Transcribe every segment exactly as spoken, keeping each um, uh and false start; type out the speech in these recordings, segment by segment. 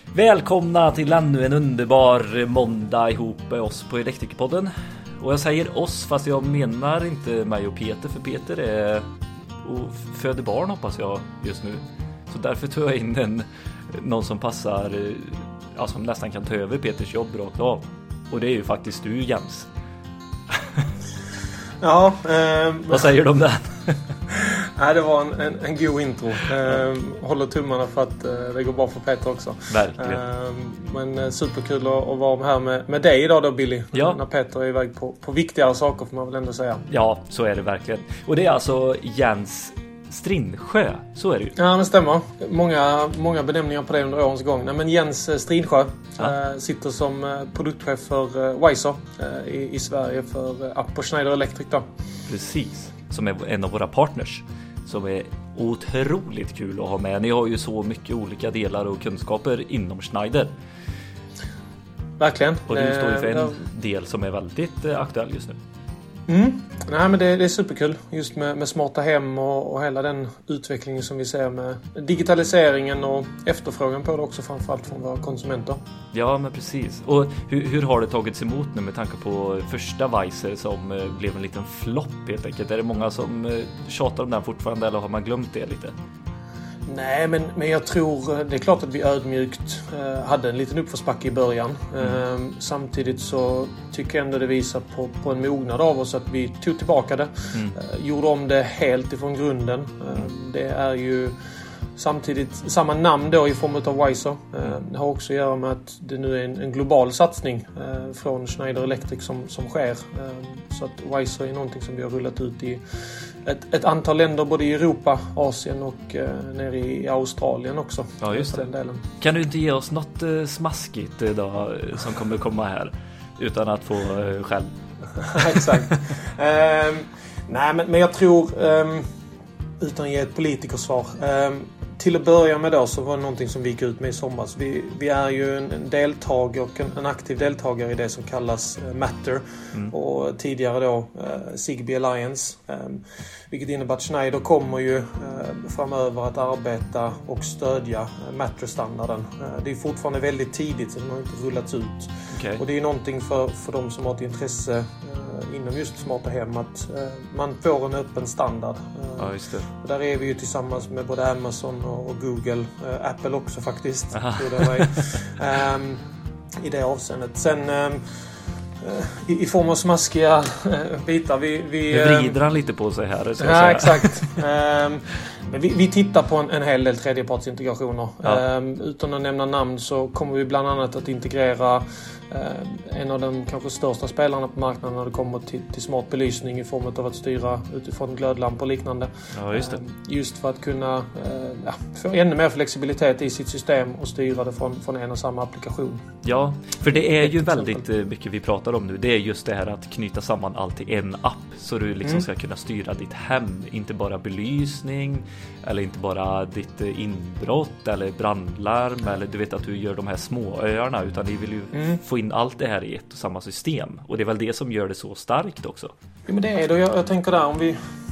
Välkomna till ännu en underbar måndag ihop med oss på Elektrikerpodden. Och jag säger oss fast jag menar inte mig och Peter, för Peter är och föder barn hoppas jag just nu. Så därför tog jag in en, någon som passar, ja, som nästan kan ta över Peters jobb rakt av. Och det är ju faktiskt du, Jens. Ja. Eh, Vad säger du om den? Nej, det var en, en, en god intro. Eh, håller tummarna för att eh, det går bra för Peter också. Verkligen. Eh, men eh, superkul att, att vara här med, med dig idag då, Billy. Ja. När Peter är iväg på, på viktigare saker får man väl ändå säga. Ja, så är det verkligen. Och det är alltså Jens Strinsjö, så är det ju. Ja, men stämmer. Många, många benämningar på det under årens gång. Nej, men Jens Strinsjö ja. äh, sitter som äh, produktchef för äh, Wiser äh, i, i Sverige för äh, App och Schneider Electric då. Precis, som är en av våra partners. Som är otroligt kul att ha med. Ni har ju så mycket olika delar och kunskaper inom Schneider. Verkligen. Och du står ju för en äh, del som är väldigt äh, aktuell just nu. Mm. Nej, men det, det är superkul just med, med smarta hem och, och hela den utvecklingen som vi ser med digitaliseringen och efterfrågan på det också, framförallt från våra konsumenter. Ja, men precis. Och hur, hur har det tagits emot nu med tanke på första Wiser som eh, blev en liten flopp helt enkelt? Är det många som eh, tjatar om den fortfarande eller har man glömt det lite? Nej, men, men jag tror, det är klart att vi ödmjukt eh, hade en liten uppförsbacke i början. Mm. Eh, samtidigt så tycker jag ändå det visar på, på en mognad av oss att vi tog tillbaka det. Mm. Eh, gjorde om det helt ifrån grunden. Eh, det är ju samtidigt samma namn då i form av Wiser. Eh, det har också att göra med att det nu är en, en global satsning eh, från Schneider Electric som, som sker. Eh, så att Wiser är någonting som vi har rullat ut i Ett, ett antal länder både i Europa, Asien och eh, nere i Australien också. Ja, just det. Den delen. Kan du inte ge oss något eh, smaskigt idag eh, som kommer komma här utan att få eh, själv? Exakt. um, nej, men, men jag tror, um, utan att ge ett politikersvar, um, till att börja med då så var det någonting som vi gick ut med i somras. Vi, vi är ju en, en deltagare och en, en aktiv deltagare i det som kallas uh, Matter. Mm. Och tidigare då uh, Zigbee Alliance. Um, vilket innebär att Schneider kommer ju uh, framöver att arbeta och stödja uh, Matter-standarden. Uh, det är fortfarande väldigt tidigt så den har inte rullats ut. Okay. Och det är någonting för, för de som har ett intresse uh, inom just smarta hem att uh, man får en öppen standard. Uh, ja, just det. Och där är vi ju tillsammans med både Amazon och Google, uh, Apple också faktiskt. Det var i, um, i det avseendet. Sen um, uh, i, i form av smaskiga uh, bitar. Vi, vi, nu vrider han lite på sig här. Så ja, säga. Exakt. um, men vi, vi tittar på en, en hel del tredjepartsintegrationer. Ja. Um, utan att nämna namn så kommer vi bland annat att integrera Uh, en av de kanske största spelarna på marknaden när det kommer till, till smart belysning i form av att styra utifrån glödlampor och liknande. Ja, just det. Uh, just för att kunna uh, ja, få ännu mer flexibilitet i sitt system och styra det från, från en och samma applikation. Ja, för det är ju väldigt mycket vi pratar om nu. Det är just det här att knyta samman allt i en app så du liksom mm. ska kunna styra ditt hem. Inte bara belysning eller inte bara ditt inbrott eller brandlarm eller du vet att du gör de här små öarna utan vi vill ju mm. få in allt det här i ett och samma system. Och det är väl det som gör det så starkt också. Ja, men det är det. Jag, jag tänker där om vi...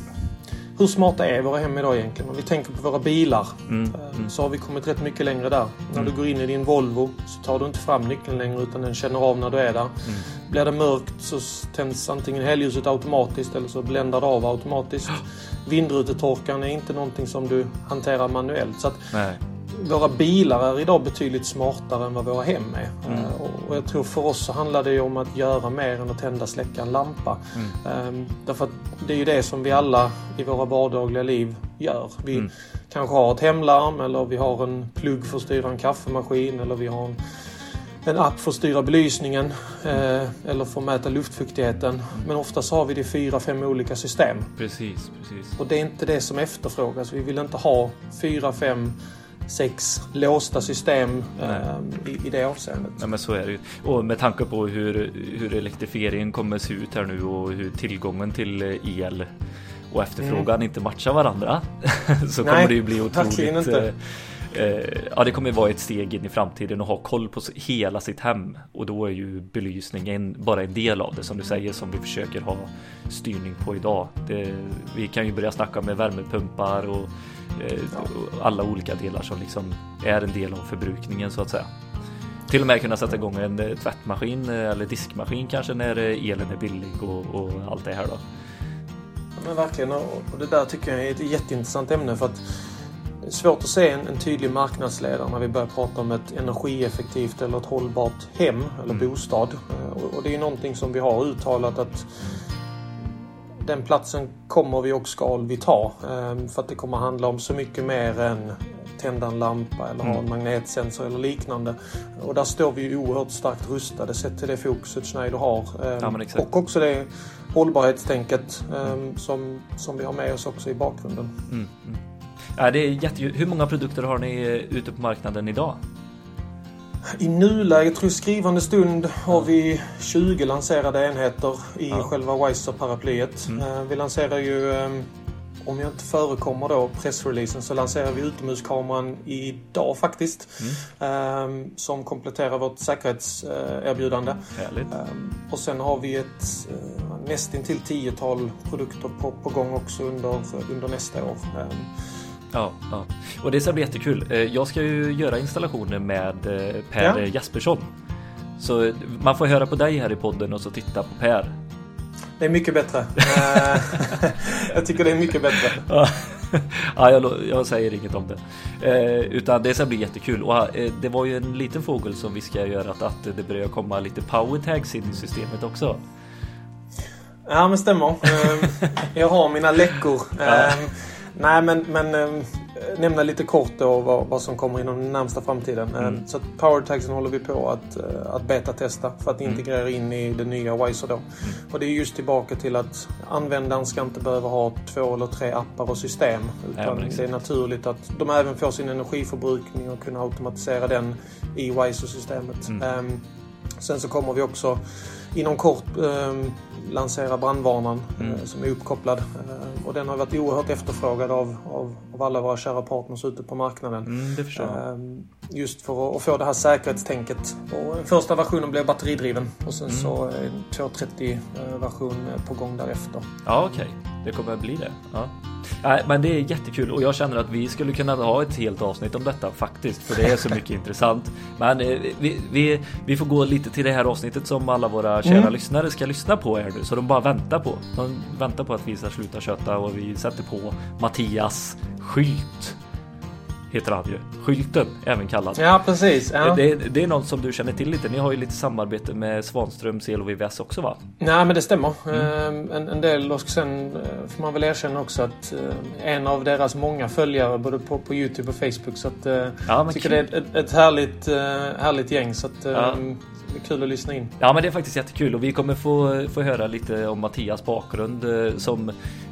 Hur smarta är våra hem idag egentligen? Om vi tänker på våra bilar mm. Mm. så har vi kommit rätt mycket längre där. Mm. När du går in i din Volvo så tar du inte fram nyckeln längre utan den känner av när du är där. Mm. Blir det mörkt så tänds antingen helljuset automatiskt eller så bländar det av automatiskt. Vindrutetorkaren är inte någonting som du hanterar manuellt. Så att Nej. Våra bilar är idag betydligt smartare än vad våra hem är. Mm. Och jag tror för oss så handlar det ju om att göra mer än att tända släcka en lampa. Mm. Um, därför att det är ju det som vi alla i våra vardagliga liv gör. Vi mm. kanske har ett hemlarm eller vi har en plugg för att styra en kaffemaskin eller vi har en, en app för att styra belysningen eh, eller för att mäta luftfuktigheten. Mm. Men oftast har vi det fyra, fem olika system. Precis, precis. Och det är inte det som efterfrågas. Vi vill inte ha fyra, fem sex låsta system eh, i, i det avseendet. Ja, men så är det ju. Och med tanke på hur, hur elektrifieringen kommer se ut här nu och hur tillgången till el och efterfrågan mm. inte matchar varandra så Nej, kommer det ju bli otroligt... Eh, eh, ja, det kommer vara ett steg in i framtiden och ha koll på hela sitt hem. Och då är ju belysningen bara en del av det som du säger som vi försöker ha styrning på idag. Det, vi kan ju börja snacka med värmepumpar och alla olika delar som liksom är en del av förbrukningen så att säga. till och med kunna sätta igång en tvättmaskin eller diskmaskin kanske när elen är billig och, och allt det här då. Ja, men verkligen, och det där tycker jag är ett jätteintressant ämne, för att det är svårt att se en, en tydlig marknadsledare när vi börjar prata om ett energieffektivt eller ett hållbart hem eller mm. bostad. Och, och det är någonting som vi har uttalat att den platsen kommer vi och ska vi ta. För att det kommer handla om så mycket mer än tända en lampa eller mm. ha en magnetsensor eller liknande. Och där står vi ju oerhört starkt rustade sett till det fokuset Schneider har. Ja, och också det hållbarhetstänket som, som vi har med oss också i bakgrunden. Mm. Mm. Ja, det är jättekul. Hur många produkter har ni ute på marknaden idag? I nuläget, tror jag, skrivande stund har vi tjugo lanserade enheter i ja. själva Wiser-paraplyet. Mm. Vi lanserar ju, om jag inte förekommer då pressreleasen, så lanserar vi utomhuskameran idag faktiskt. Mm. Som kompletterar vårt säkerhetserbjudande. Härligt. Och sen har vi ett nästan till tiotal produkter på, på gång också under, under nästa år. Ja, ja, och det ska bli jättekul. Jag ska ju göra installationer med Per ja. Jaspersson. Så man får höra på dig här i podden och så titta på Per. Det är mycket bättre. Jag tycker det är mycket bättre. Ja, jag, jag säger inget om det. Utan det ska bli jättekul. Och det var ju en liten fågel som vi ska göra att, att det börjar komma lite power tags in i systemet också. Ja, men stämmer. Jag har mina läckor. Ja. Nej, men, men äh, nämna lite kort då vad, vad som kommer inom den närmsta framtiden. Mm. Så att powertagsen håller vi på att, att beta-testa för att integrera mm. in i det nya Wiser då. Mm. Och det är just tillbaka till att användaren ska inte behöva ha två eller tre appar och system. Utan ja, det är naturligt att de även får sin energiförbrukning och kunna automatisera den i Wiser-systemet. Mm. Um, sen så kommer vi också inom kort um, lansera brandvarnaren mm. eh, som är uppkopplad. Eh, och den har varit oerhört efterfrågad av, av, av alla våra kära partners ute på marknaden. Mm, det förstår jag. Eh, just för att, att få det här säkerhetstänket. Och första versionen blev batteridriven och sen mm. så är en tvåhundratrettio-version på gång därefter. Ja, okej. Okay. Det kommer att bli det. Ja. Nej, men det är jättekul och jag känner att vi skulle kunna ha ett helt avsnitt om detta faktiskt, för det är så mycket intressant. Men eh, vi, vi, vi får gå lite till det här avsnittet som alla våra kära mm. lyssnare ska lyssna på här nu, så de bara väntar på. De väntar på att vi ska sluta köta och vi sätter på Mattias skylt. Heter han ju. Skylten, även kallad. Ja, precis. Ja. Det, det är något som du känner till lite. Ni har ju lite samarbete med Svanströms El och V V S också, va? Nej, men det stämmer. Mm. En, en del, och sen får man väl erkänna också att en av deras många följare både på, på YouTube och Facebook, så att ja, jag tycker kul. Det är ett, ett härligt, härligt gäng, så att ja. Det är kul att lyssna in. Ja, men det är faktiskt jättekul och vi kommer få, få höra lite om Mattias bakgrund som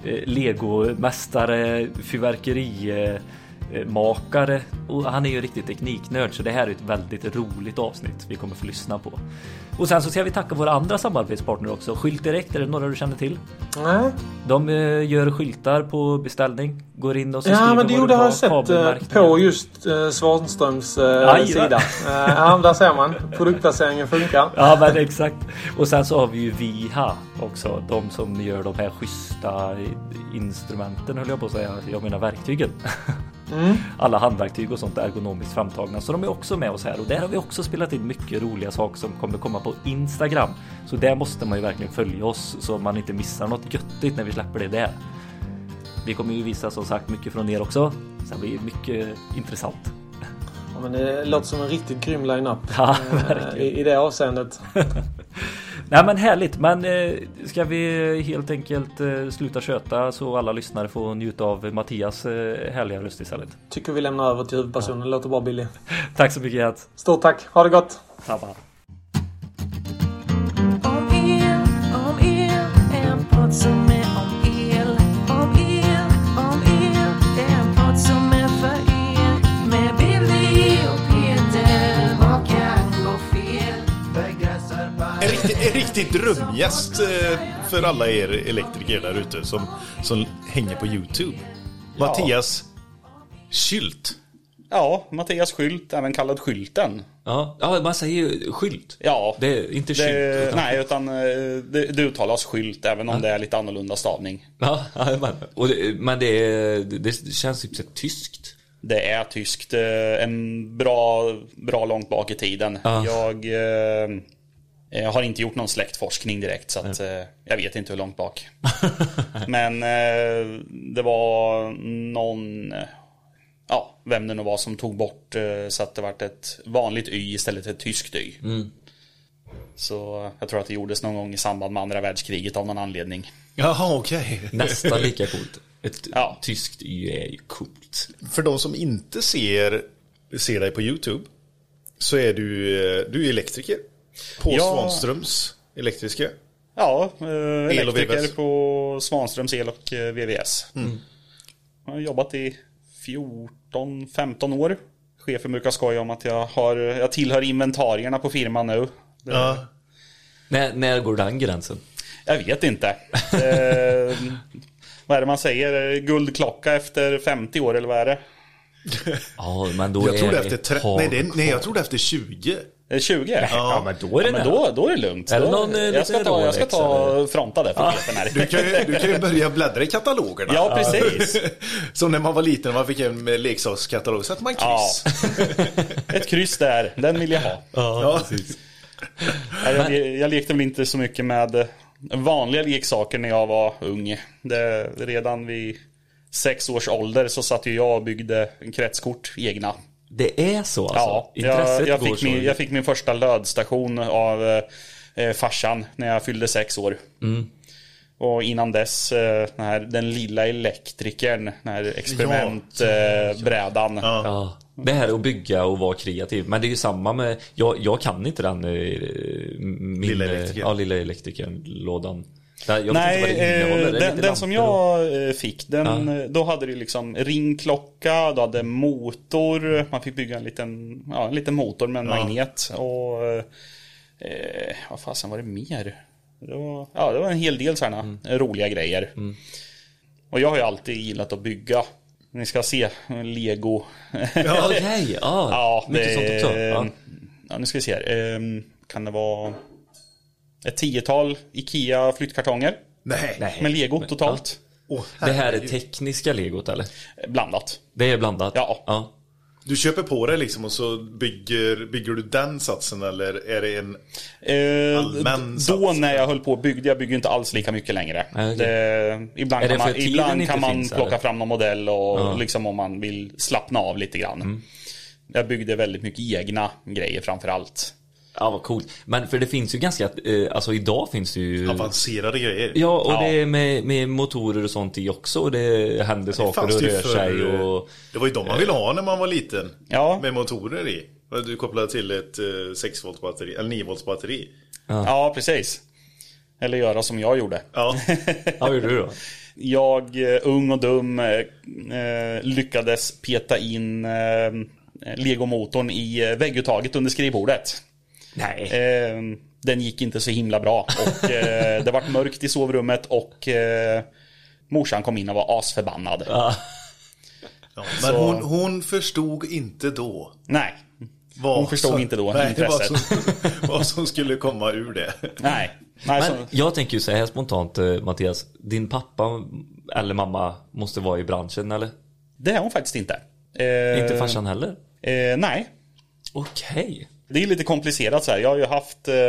Lego-mästare, fyrverkeri makare, och han är ju riktigt tekniknörd, så det här är ett väldigt roligt avsnitt vi kommer få lyssna på. Och sen så ska vi tacka våra andra samarbetspartner också. Skylt Direkt, är det några du känner till? Nej. De uh, gör skyltar på beställning, går in och så ja, skriver men det gjorde jag sett på just uh, Svanströms uh, sida. Uh, ja, där ser man. Produktplaceringen funkar. Ja, men exakt. Och sen så har vi ju Viha också, de som gör de här schyssta instrumenten, höll jag på att säga. Jag menar verktygen. Mm. Alla handverktyg och sånt ergonomiskt framtagna, så de är också med oss här, och där har vi också spelat in mycket roliga saker som kommer komma på Instagram, så där måste man ju verkligen följa oss så man inte missar något göttigt när vi släpper det där. Vi kommer ju visa som sagt mycket från er också, så det blir mycket intressant. Ja, men det låter som en riktigt grym line-up. Ja, i, i det avseendet. Nej, men härligt, men eh, ska vi helt enkelt eh, sluta köta så alla lyssnare får njuta av Mattias eh, härliga röst istället. Tycker vi lämnar över till huvudpersonen, ja. Låter bara billig. Tack så mycket, Jens. Stort tack, ha det gott. Samma. Om el, om el, en podd som är om el. Om el, om el, en podd som är för er. Med Billy och Peter, vad kan gå fel? En riktig, en riktig drömgäst för alla er elektriker där ute som, som hänger på YouTube. Ja. Mattias Skylt. Ja, Mattias Skylt, även kallad Skylten. Ja, ja, man säger ju skylt. Ja. Det är inte skylt. Det, utan... Nej, utan det, det uttalas skylt, även om ja. Det är lite annorlunda stavning. Ja, och det, men det, det känns typ så tyskt. det är tyskt en bra, bra långt bak i tiden. Ah. Jag eh, har inte gjort någon släktforskning direkt, så att, eh, jag vet inte hur långt bak. Men eh, det var någon, ja, vem det nu var som tog bort eh, så att det var ett vanligt y istället för ett tyskt y. Mm. Så jag tror att det gjordes någon gång i samband med andra världskriget av någon anledning. Jaha, okej. Okay. Nästan lika coolt. Ett ja. tyskt y är ju coolt. För de som inte ser, ser dig på YouTube, så är du, du är elektriker på ja. Svanströms elektriska. Ja, eh, elektriker på Svanströms el och eh, V V S. Mm. Jag har jobbat i fjorton femton år. Chefen brukar skoja om att jag, har, jag tillhör inventarierna på firman nu. Det... Ja. När, när går den gränsen? Jag vet inte. eh, vad är det man säger? Guldklocka efter femtio år, eller vad är det? Ja, men då jag är trodde efter trettio, nej, det, nej, jag trodde efter tjugo. tjugo? Ja, ja, men då är det, ja, men då, då är det lugnt. Är det då, någon, jag, ska ta, jag ska ta fronta där för ja. här. Du kan, ju, du kan ju börja bläddra i katalogerna. Ja, precis. Som när man var liten och man fick en leksakskatalog, så att man kryss. Ja. Ett kryss där, den vill jag ha. Ja, ja. Precis. Jag, jag lekte väl inte så mycket med vanliga leksaker när jag var ung. Det, redan vid sex års ålder så satt ju jag och byggde en kretskort egna. Det är så alltså? Ja, jag, jag, fick min, jag fick min första lödstation av eh, farsan när jag fyllde sex år. Mm. Och innan dess eh, den, här, den lilla elektrikern, den här experimentbrädan. Ja. Eh, ja. Det här att bygga och vara kreativ. Men det är ju samma med, jag, jag kan inte den min, lilla elektrikern, ja, lilla elektrikern lådan. Jag Nej, eh, den, den som jag då fick, den, ja. Då hade det liksom ringklocka, då hade motor, man fick bygga en liten, ja, en liten motor med en ja. magnet. Och eh, vad fasen var det mer? Det var, ja, det var en hel del sådana mm. roliga grejer. Mm. Och jag har ju alltid gillat att bygga. Ni ska se Lego. Ja, okej. Okay. Ja, ja, mycket det, sånt också. Ja. Ja, nu ska vi se här. Kan det vara ett tiotal Ikea flyttkartonger? Nej. Med Lego totalt. Ja. Oh, det här är tekniska Legot, eller? Blandat. Det är blandat? Ja. Ja. Du köper på det liksom och så bygger, bygger du den satsen, eller är det en eh, allmän sats? Då när jag höll på att bygga, jag bygger inte alls lika mycket längre. Okay. Det, ibland kan man, ibland kan man finns, plocka eller? fram någon modell och ja. liksom om man vill slappna av lite grann. Mm. Jag byggde väldigt mycket egna grejer framför allt. Ja, vad coolt. Men för det finns ju ganska, eh, alltså idag finns det ju avancerade grejer. Ja, och ja. det är med, med motorer och sånt i också. Och det händer saker och rör för, sig och, det var ju de man ville ha när man var liten. Ja. Med motorer i. Du kopplade till ett eh, sex volt batteri, eller nio volts batteri. Ja. Ja, precis. Eller göra som jag gjorde. Ja. Ja, hur gjorde du då? Jag, ung och dum, eh, lyckades peta in eh, Lego-motorn i vägguttaget under skrivbordet. Nej. Eh, den gick inte så himla bra. Och eh, det var mörkt i sovrummet. Och eh, morsan kom in och var asförbannad. Ja. Ja, men så, hon, hon förstod inte då. Nej, hon förstod så, inte då nej, intresset. Vad som, vad som skulle komma ur det. Nej, nej. Men så, jag tänker ju så här spontant, Mattias. Din pappa eller mamma måste vara i branschen, eller? Det är hon faktiskt inte. Eh, inte farsan heller? Eh, nej. Okej. Okay. Det är lite komplicerat så här. Jag har ju haft eh,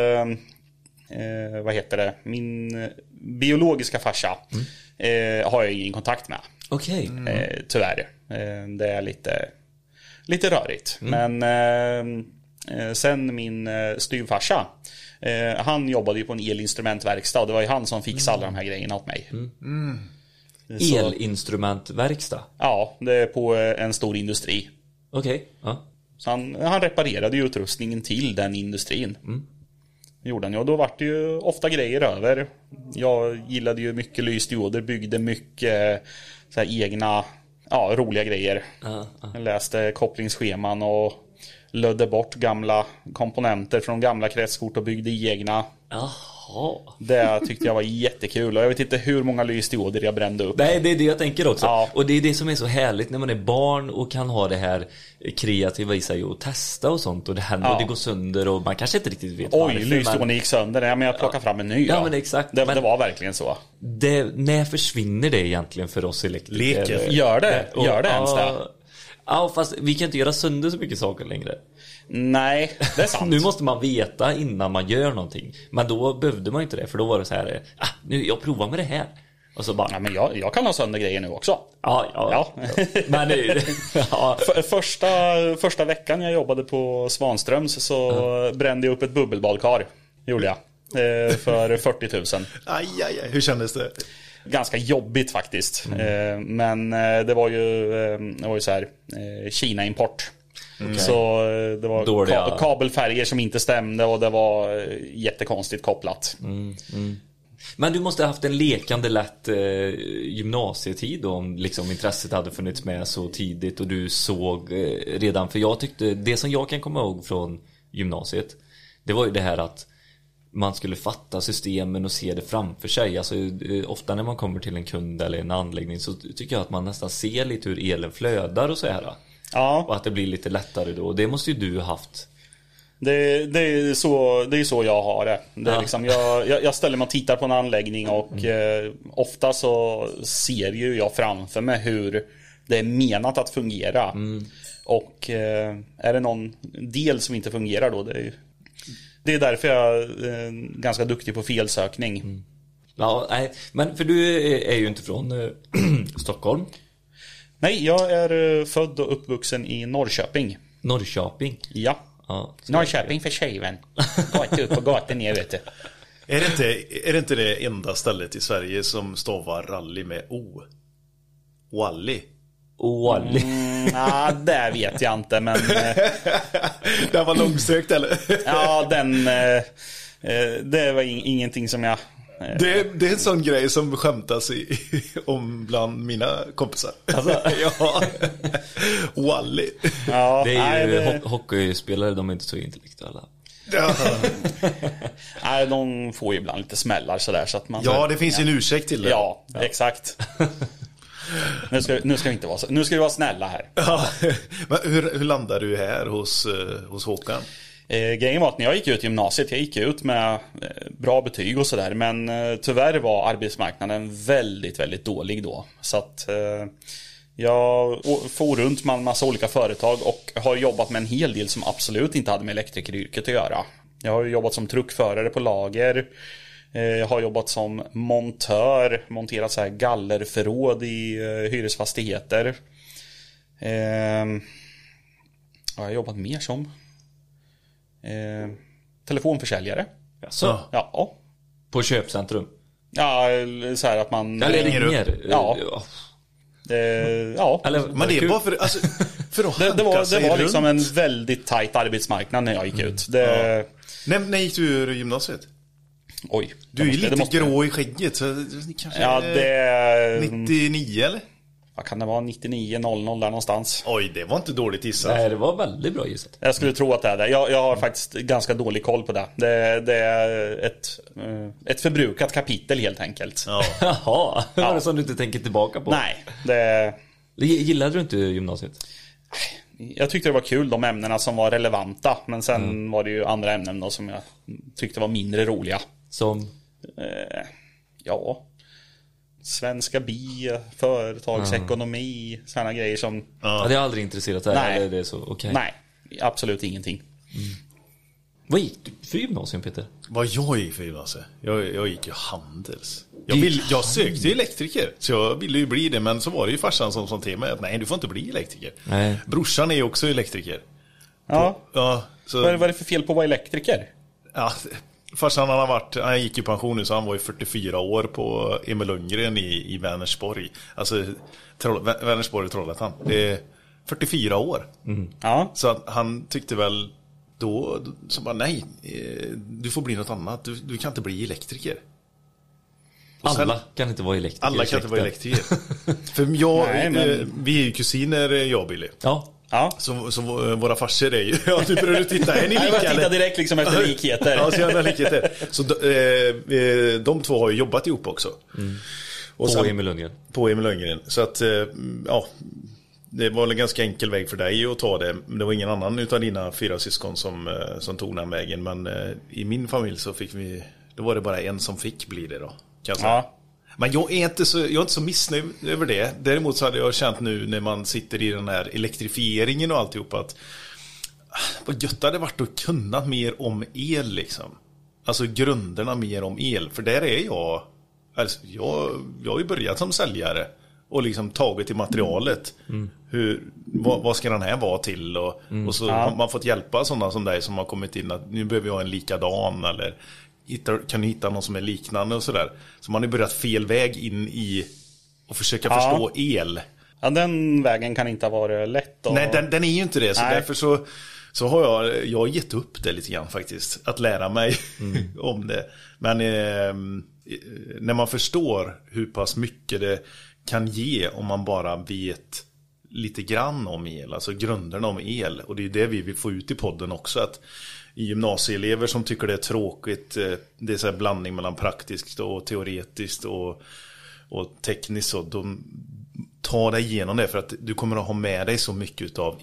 eh, vad heter det? Min biologiska farsa mm. eh, har jag ingen kontakt med. Okej. Okay. Mm. Eh, tyvärr. Eh, det är lite lite rörigt. Mm. Men eh, sen min eh, styvfarsa, eh, han jobbade ju på en elinstrumentverkstad och det var ju han som fixade mm. alla de här grejerna åt mig. Mm. Mm. Så, elinstrumentverkstad? Ja, det är på en stor industri. Okej, okay. Ja. Så han, han reparerade ju utrustningen till den industrin. Mm. Gjorde han ju. Och då var det ju ofta grejer över. Jag gillade ju mycket lysdioder, byggde mycket så här egna, ja, roliga grejer. Uh, uh. Jag läste kopplingsscheman och lödde bort gamla komponenter från gamla kretskort och byggde egna. Jaha. Det tyckte jag var jättekul. Och jag vet inte hur många lysdioder jag brände upp. Nej, det är det jag tänker också. Ja. Och det är det som är så härligt när man är barn och kan ha det här kreativa i sig och testa och sånt. Och det händer, ja. och det går sönder och man kanske inte riktigt vet Oj, varför. Oj, lysdioden gick sönder. Ja, men jag plockade ja. fram en ny. Ja, men exakt. Det, men det var verkligen så. Det, när försvinner det egentligen för oss elektriker? Leker. Gör det? Gör det ens det? Ja, fast vi kan inte göra sönder så mycket saker längre. Nej, det är sant. Nu måste man veta innan man gör någonting. Men då behövde man inte det, för då var det så här, ah, nu jag provar med det här. Och så bara, ja, men jag, jag kan ha sönder grejer nu också. Ja, ja, ja. ja. Men ja. För, första, första veckan jag jobbade på Svanströms så mm. brände jag upp ett bubbelbadkar. Gjorde jag. Eh, för fyrtio tusen. Aj, aj, aj. Hur kändes det? Ganska jobbigt faktiskt. Mm. Eh, men det var ju, eh, det var ju så här, eh, Kina-import. Okay. Så eh, det var ka- kabelfärger som inte stämde och det var eh, jättekonstigt kopplat. Mm, mm. Men du måste ha haft en lekande lätt eh, gymnasietid då, om liksom intresset hade funnits med så tidigt och du såg eh, redan, för jag tyckte, det som jag kan komma ihåg från gymnasiet, det var ju det här att man skulle fatta systemen och se det framför sig. Alltså, eh, ofta när man kommer till en kund eller en anläggning så tycker jag att man nästan ser lite hur elen flödar och så här. Ja. Och att det blir lite lättare då, det måste ju du ha haft. Det, det, är så, det är så jag har det, det är ja. liksom, jag, jag ställer mig och tittar på en anläggning och mm. eh, ofta så ser ju jag framför mig hur det är menat att fungera. Mm. Och eh, är det någon del som inte fungerar då, det är, det är därför jag är eh, ganska duktig på felsökning. Mm. Ja, nej, men för du är ju inte från eh, Stockholm. Nej, jag är född och uppvuxen i Norrköping. Norrköping? Ja. Ja, Norrköping för tjejen. Gått upp och gatan ner, vet du. Är det, inte, är det inte det enda stället i Sverige som stavar rally med O? Wally. Wally. Mm, ja, det vet jag inte, men... Det var långsökt, eller? Ja, den... Det var ingenting som jag... Det, det är en sån grej som skämtas i, om bland mina kompisar. Alltså, ja. Wally. Ja, det är ju nej, det... hockeyspelare, de är inte så intellektuella. Ja. Nej, de får ju ibland lite smällar sådär så att man... Ja, det finns ju en ursäkt till det. Ja, ja. Exakt. Nu ska, nu ska vi inte vara så, nu ska vi vara snälla här. Ja. Men hur, hur landar du här hos, hos Håkan? Eh, grejen var att när jag gick ut gymnasiet, jag gick ut med eh, bra betyg och sådär, men eh, tyvärr var arbetsmarknaden väldigt, väldigt dålig då. Så att eh, jag får runt med en massa olika företag och har jobbat med en hel del som absolut inte hade med elektrikeryrket att göra. Jag har jobbat som truckförare på lager, eh, jag har jobbat som montör, monterat så här gallerförråd i eh, hyresfastigheter. Eh, jag har jobbat mer som Eh, telefonförsäljare. Så. Ja. På köpcentrum. Ja, så här att man eller ringer. ringer. Ja. Eh, ja. Eller, men det är bara för, alltså, för att det, det var, det var liksom runt. En väldigt tajt arbetsmarknad när jag gick mm. ut. Det... Ja. När, när gick du ur gymnasiet? Oj. Du är måste, lite måste... grå i skägget, så kanske ja, det... nittionio eller? Vad kan det vara? nittionio noll noll där någonstans. Oj, det var inte dåligt gissat. Nej, det var väldigt bra gissat. Jag skulle tro att det är det. Jag, jag har faktiskt ganska dålig koll på det. Det, det är ett, ett förbrukat kapitel helt enkelt. Ja. Jaha, det var det som du inte tänker tillbaka på. Nej, det... Gillade du inte gymnasiet? Jag tyckte det var kul, de ämnena som var relevanta. Men sen mm. var det ju andra ämnen då som jag tyckte var mindre roliga. Som? Eh, ja... Svenska bi, företagsekonomi, mm. sådana grejer som... Ja, det har aldrig intresserat dig. Nej. Eller det är så, okay. Nej, absolut ingenting. Mm. Vad gick du för gymnasium, Peter? Vad jag gick för gymnasium? Jag, jag gick ju handels. Jag, vill, jag sökte elektriker, så jag ville ju bli det. Men så var det ju farsan som sa till mig att nej, du får inte bli elektriker. Nej. Brorsan är ju också elektriker. Ja, på, ja så, vad är det för fel på att vara elektriker? Ja, farsan han har varit, han gick i pension nu, så han var ju fyrtiofyra år på Emil Lundgren i, i Vänersborg. Alltså Troll, Vänersborg och Trollhättan. Det är fyrtiofyra år. Mm. Ja. Så att han tyckte väl då, så bara nej, du får bli något annat. Du, du kan inte bli elektriker. Och alla sen, kan inte vara elektriker. Alla kan inte vara elektriker. För jag, nej, men... vi är ju kusiner, jag och Billy. Ja. Ja. Så, så våra farser är ju... Ja, nu börjar du titta. Är ni lika? Jag titta direkt liksom efter likheter. Ja, så gärna likheter. Så eh, de två har ju jobbat ihop också. Mm. Och på sen, Emil Lundgren. På Emil Lundgren. Så att, eh, ja... Det var en ganska enkel väg för dig att ta det. Det var ingen annan utav dina fyra syskon som, som tog den vägen. Men eh, i min familj så fick vi... Då var det bara en som fick bli det då, kan jag säga. Ja. Men jag är inte så, jag är inte så missnöjd över det. Däremot så hade jag känt nu när man sitter i den här elektrifieringen och alltihop att vad gött hade varit att kunna mer om el liksom. Alltså grunderna mer om el. För där är jag, alltså jag, jag har ju börjat som säljare och liksom tagit i materialet. Mm. Hur, vad, vad ska den här vara till? Och, mm. och så ja. har man fått hjälpa sådana som dig som har kommit in att nu behöver jag en likadan eller hittar, kan du hitta någon som är liknande och sådär. Så man har börjat fel väg in i och försöka ja. förstå el. Ja, den vägen kan inte ha varit lätt. Och... Nej, den, den är ju inte det. Så Nej. därför så, så har jag, jag har gett upp det lite grann faktiskt. Att lära mig mm. om det. Men eh, när man förstår hur pass mycket det kan ge om man bara vet lite grann om el. Alltså grunderna om el. Och det är det vi vill få ut i podden också. Att gymnasieelever som tycker det är tråkigt, det är så här blandning mellan praktiskt och teoretiskt och, och tekniskt, så de tar dig igenom det, för att du kommer att ha med dig så mycket av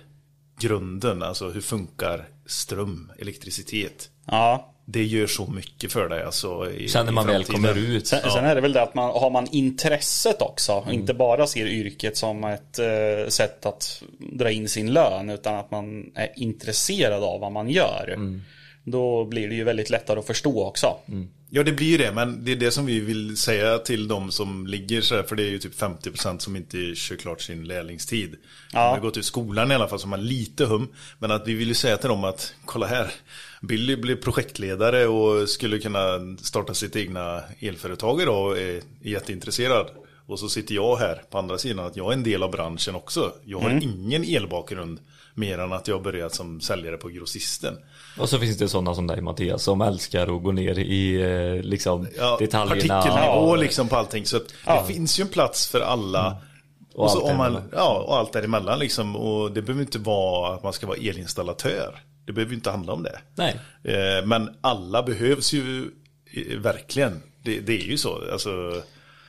elgrunden, alltså hur funkar ström, elektricitet. Ja. Det gör så mycket för dig alltså, i, sen när man väl kommer ut. Sen, ja. sen är det väl det att man har man intresset också, mm. inte bara ser yrket som ett eh, sätt att dra in sin lön, utan att man är intresserad av vad man gör. Mm. Då blir det ju väldigt lättare att förstå också. Mm. Ja, det blir ju det, men det är det som vi vill säga till de som ligger så här, för det är ju typ femtio procent som inte kör klart sin lärlingstid. Ja. De har gått ut skolan i alla fall som har lite hum, men att vi vill ju säga till dem att kolla här, Billy blir projektledare och skulle kunna starta sitt egna elföretag idag och är jätteintresserad. Och så sitter jag här på andra sidan att jag är en del av branschen också. Jag har mm. ingen elbakgrund mer än att jag har börjat som säljare på grossisten. Och så finns det sådana som dig, Mattias, som älskar att gå ner i liksom, ja, detaljerna. Partikelnivå liksom på allting. Så att ja. det finns ju en plats för alla. Mm. Och, och, så om man, ja, och allt däremellan liksom. Och det behöver inte vara att man ska vara elinstallatör. Det behöver ju inte handla om det. Nej. Eh, men alla behövs ju eh, verkligen. Det, det är ju så. Alltså,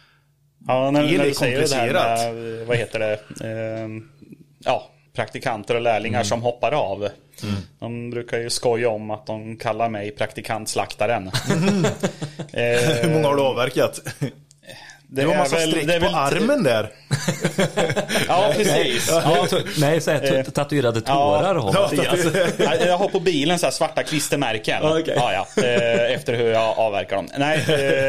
ja, när, el när är komplicerat. Det med, vad heter det? Eh, ja, praktikanter och lärlingar mm. som hoppar av. Mm. De brukar ju skoja om att de kallar mig praktikantslaktaren. Mm. eh, Hur många har du avverkat? Det var en massa väl, streck det är väl på armen där. Ja, precis. Ja. Nej, så här, tatuerade tårar har ja, ja, jag har på bilen så här svarta klistermärken. Okay. Ja, ja, efter hur jag avverkar dem. Nej,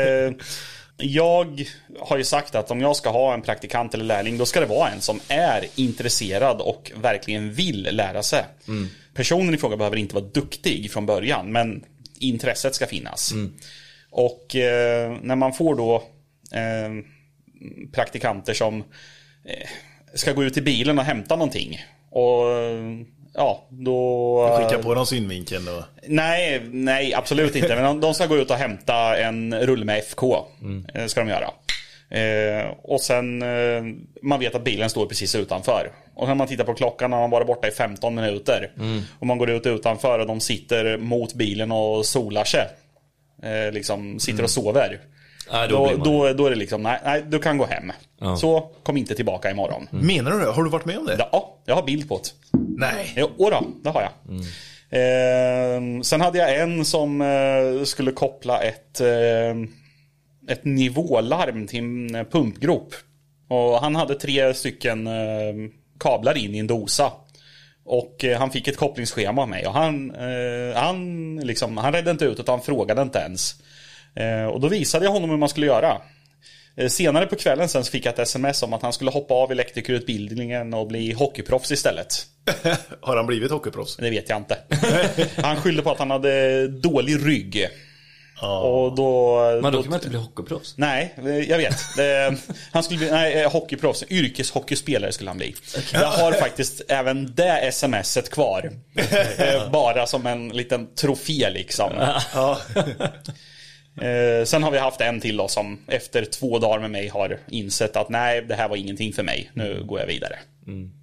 jag har ju sagt att om jag ska ha en praktikant eller lärling, då ska det vara en som är intresserad och verkligen vill lära sig. Mm. Personen i fråga behöver inte vara duktig från början, men intresset ska finnas. Mm. Och eh, när man får då Eh, praktikanter som eh, ska gå ut i bilen och hämta någonting och ja, då skicka på dem synvinkeln då. Nej, nej, absolut inte. Men de, de ska gå ut och hämta en rulle med F K. Mm. Ska de göra. Eh, och sen eh, man vet att bilen står precis utanför. Och när man tittar på klockan har man bara borta i femton minuter. Mm. Och man går ut utanför och de sitter mot bilen och solar sig. Eh, liksom sitter mm. och sover. Nej, då, då, då, då är det liksom, nej, nej du kan gå hem. Ja. Så kom inte tillbaka imorgon. Mm. Menar du det? Har du varit med om det? Ja, jag har bild på det. Nej. Jo, då, det har jag. Mm. Eh, sen hade jag en som eh, skulle koppla ett, eh, ett nivålarm till en pumpgrop. Och han hade tre stycken eh, kablar in i en dosa. Och eh, han fick ett kopplingsschema av mig. Och han, eh, han, liksom, han redde inte ut utan han frågade inte ens. Eh, och då visade jag honom hur man skulle göra. eh, Senare på kvällen sen fick jag ett sms om att han skulle hoppa av elektrikerutbildningen och bli hockeyproffs istället. Har han blivit hockeyproffs? Det vet jag inte. Han skyllde på att han hade dålig rygg. Oh. Och då, men då kan man inte bli hockeyproffs. Nej, jag vet. Det, han skulle bli nej, hockeyproffs, yrkeshockeyspelare skulle han bli. Okay. Jag har faktiskt även det smset kvar. Bara som en liten trofé liksom. Ja. Eh, sen har vi haft en till då som efter två dagar med mig har insett att nej, det här var ingenting för mig. Nu går jag vidare. Mm.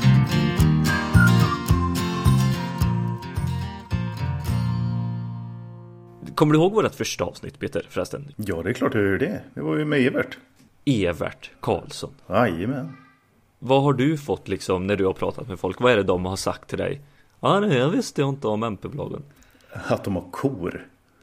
Kommer du ihåg vårt första avsnitt, Peter, förresten? Ja, det är klart jag gör det. Det var ju med Evert. Evert Karlsson. Jajamän. Vad har du fått liksom när du har pratat med folk? Vad är det de har sagt till dig? Ja, ah, nej, jag visste inte om M P-bloggen. Att de har kor.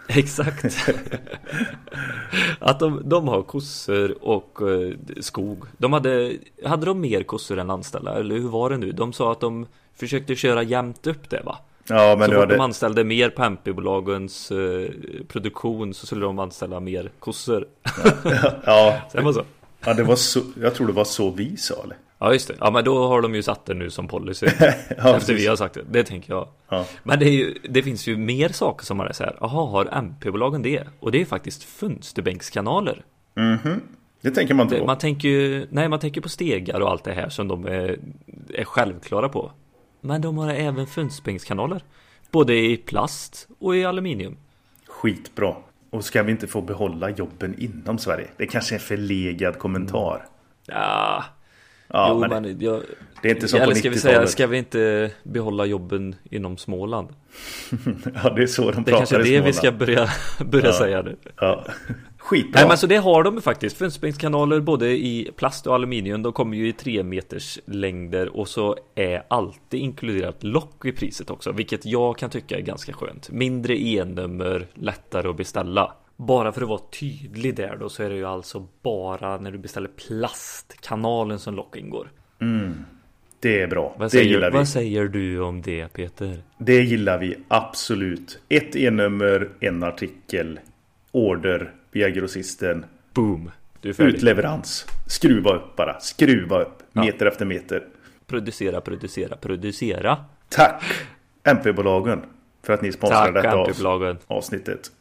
Exakt. Att de, de har kossor och uh, skog. De hade, hade de mer kossor än anställda? Eller hur var det nu? De sa att de försökte köra jämnt upp det, va? Ja, men så nu fort hade... de anställde mer på M P-bolagens uh, produktion så skulle de anställa mer kossor. Ja, ja. Så det var så. Ja, det var så, jag tror det var så vi sa, eller? Ja, just det. Ja, men då har de ju satt det nu som policy. Ja, efter precis. vi har sagt det. Det tänker jag. Ja. Men det, är ju, det finns ju mer saker som man är så här. Jaha, har M P-bolagen det? Och det är faktiskt fönsterbänkskanaler. Mhm. Det tänker man inte på. Det, man tänker ju, nej, man tänker på stegar och allt det här som de är, är självklara på. Men de har även fönsterbänkskanaler. Både i plast och i aluminium. Skitbra. Och ska vi inte få behålla jobben inom Sverige? Det kanske är en förlegad kommentar. Ja, Ja, jo, men men det, jag, det är inte som eller på ska vi nittiotalet. säga, ska vi inte behålla jobben inom Småland? Ja, det är så de Det är pratar kanske i det Småland. vi ska börja, börja Ja. säga nu. Ja. Skitbra. Nej, men så det har de faktiskt. Fönsterbänkskanaler både i plast och aluminium. De kommer ju i tre meters längder. Och så är alltid inkluderat lock i priset också. Vilket jag kan tycka är ganska skönt. Mindre e-nummer, lättare att beställa. Bara för att vara tydlig där då, så är det ju alltså bara när du beställer plastkanalen som lock ingår. Mm. Det är bra. Vad Det säger, gillar vi. vad säger du om det, Peter? Det gillar vi absolut. Ett e-nummer, en artikel, order via grossisten, Boom! Du är färdig. utleverans. Skruva upp bara. Skruva upp. Ja. Meter efter meter. Producera, producera, producera. Tack M P-bolagen för att ni sponsrar Tack, detta M P-bolagen. avs- avsnittet.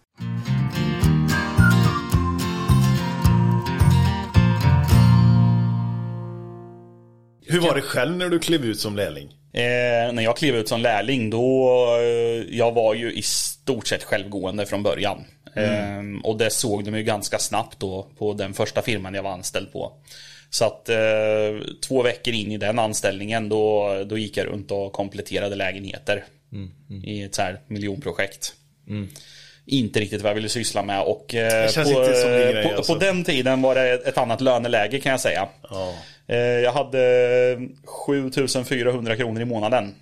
Hur var det själv när du klev ut som lärling? Eh, när jag klev ut som lärling då, eh, jag var ju i stort sett självgående från början. Mm. Eh, och det såg de ju ganska snabbt då på den första firman jag var anställd på. Så att eh, två veckor in i den anställningen då, då gick jag runt och kompletterade lägenheter Mm, mm. i ett så här miljonprojekt. Mm. Inte riktigt vad jag ville syssla med. Och eh, Det känns på, inte som din grej, på, alltså. på den tiden var det ett annat löneläge, kan jag säga. Ja. Eh, jag hade sju tusen fyrahundra kronor i månaden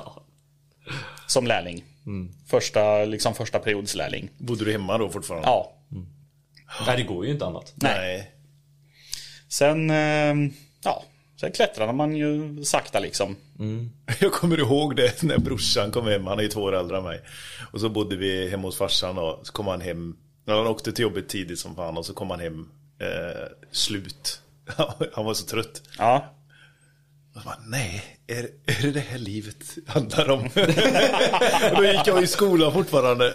som lärling. Mm. Första, liksom första periodslärling. Bodde du hemma då fortfarande? Ja. Nej, det går ju inte annat. Nej. Sen, eh, ja, sen klättrade man ju sakta liksom. Mm. Jag kommer ihåg det när brorsan kom hem. Han är ju två år äldre än mig. Och så bodde vi hemma hos farsan och så kom han hem. När han åkte till jobbet tidigt som fan. Och så kom han hem eh, slut. Han var så trött. Ja. Och så bara, nej, är, är det det här livet handlar om? Och då gick jag i skolan fortfarande.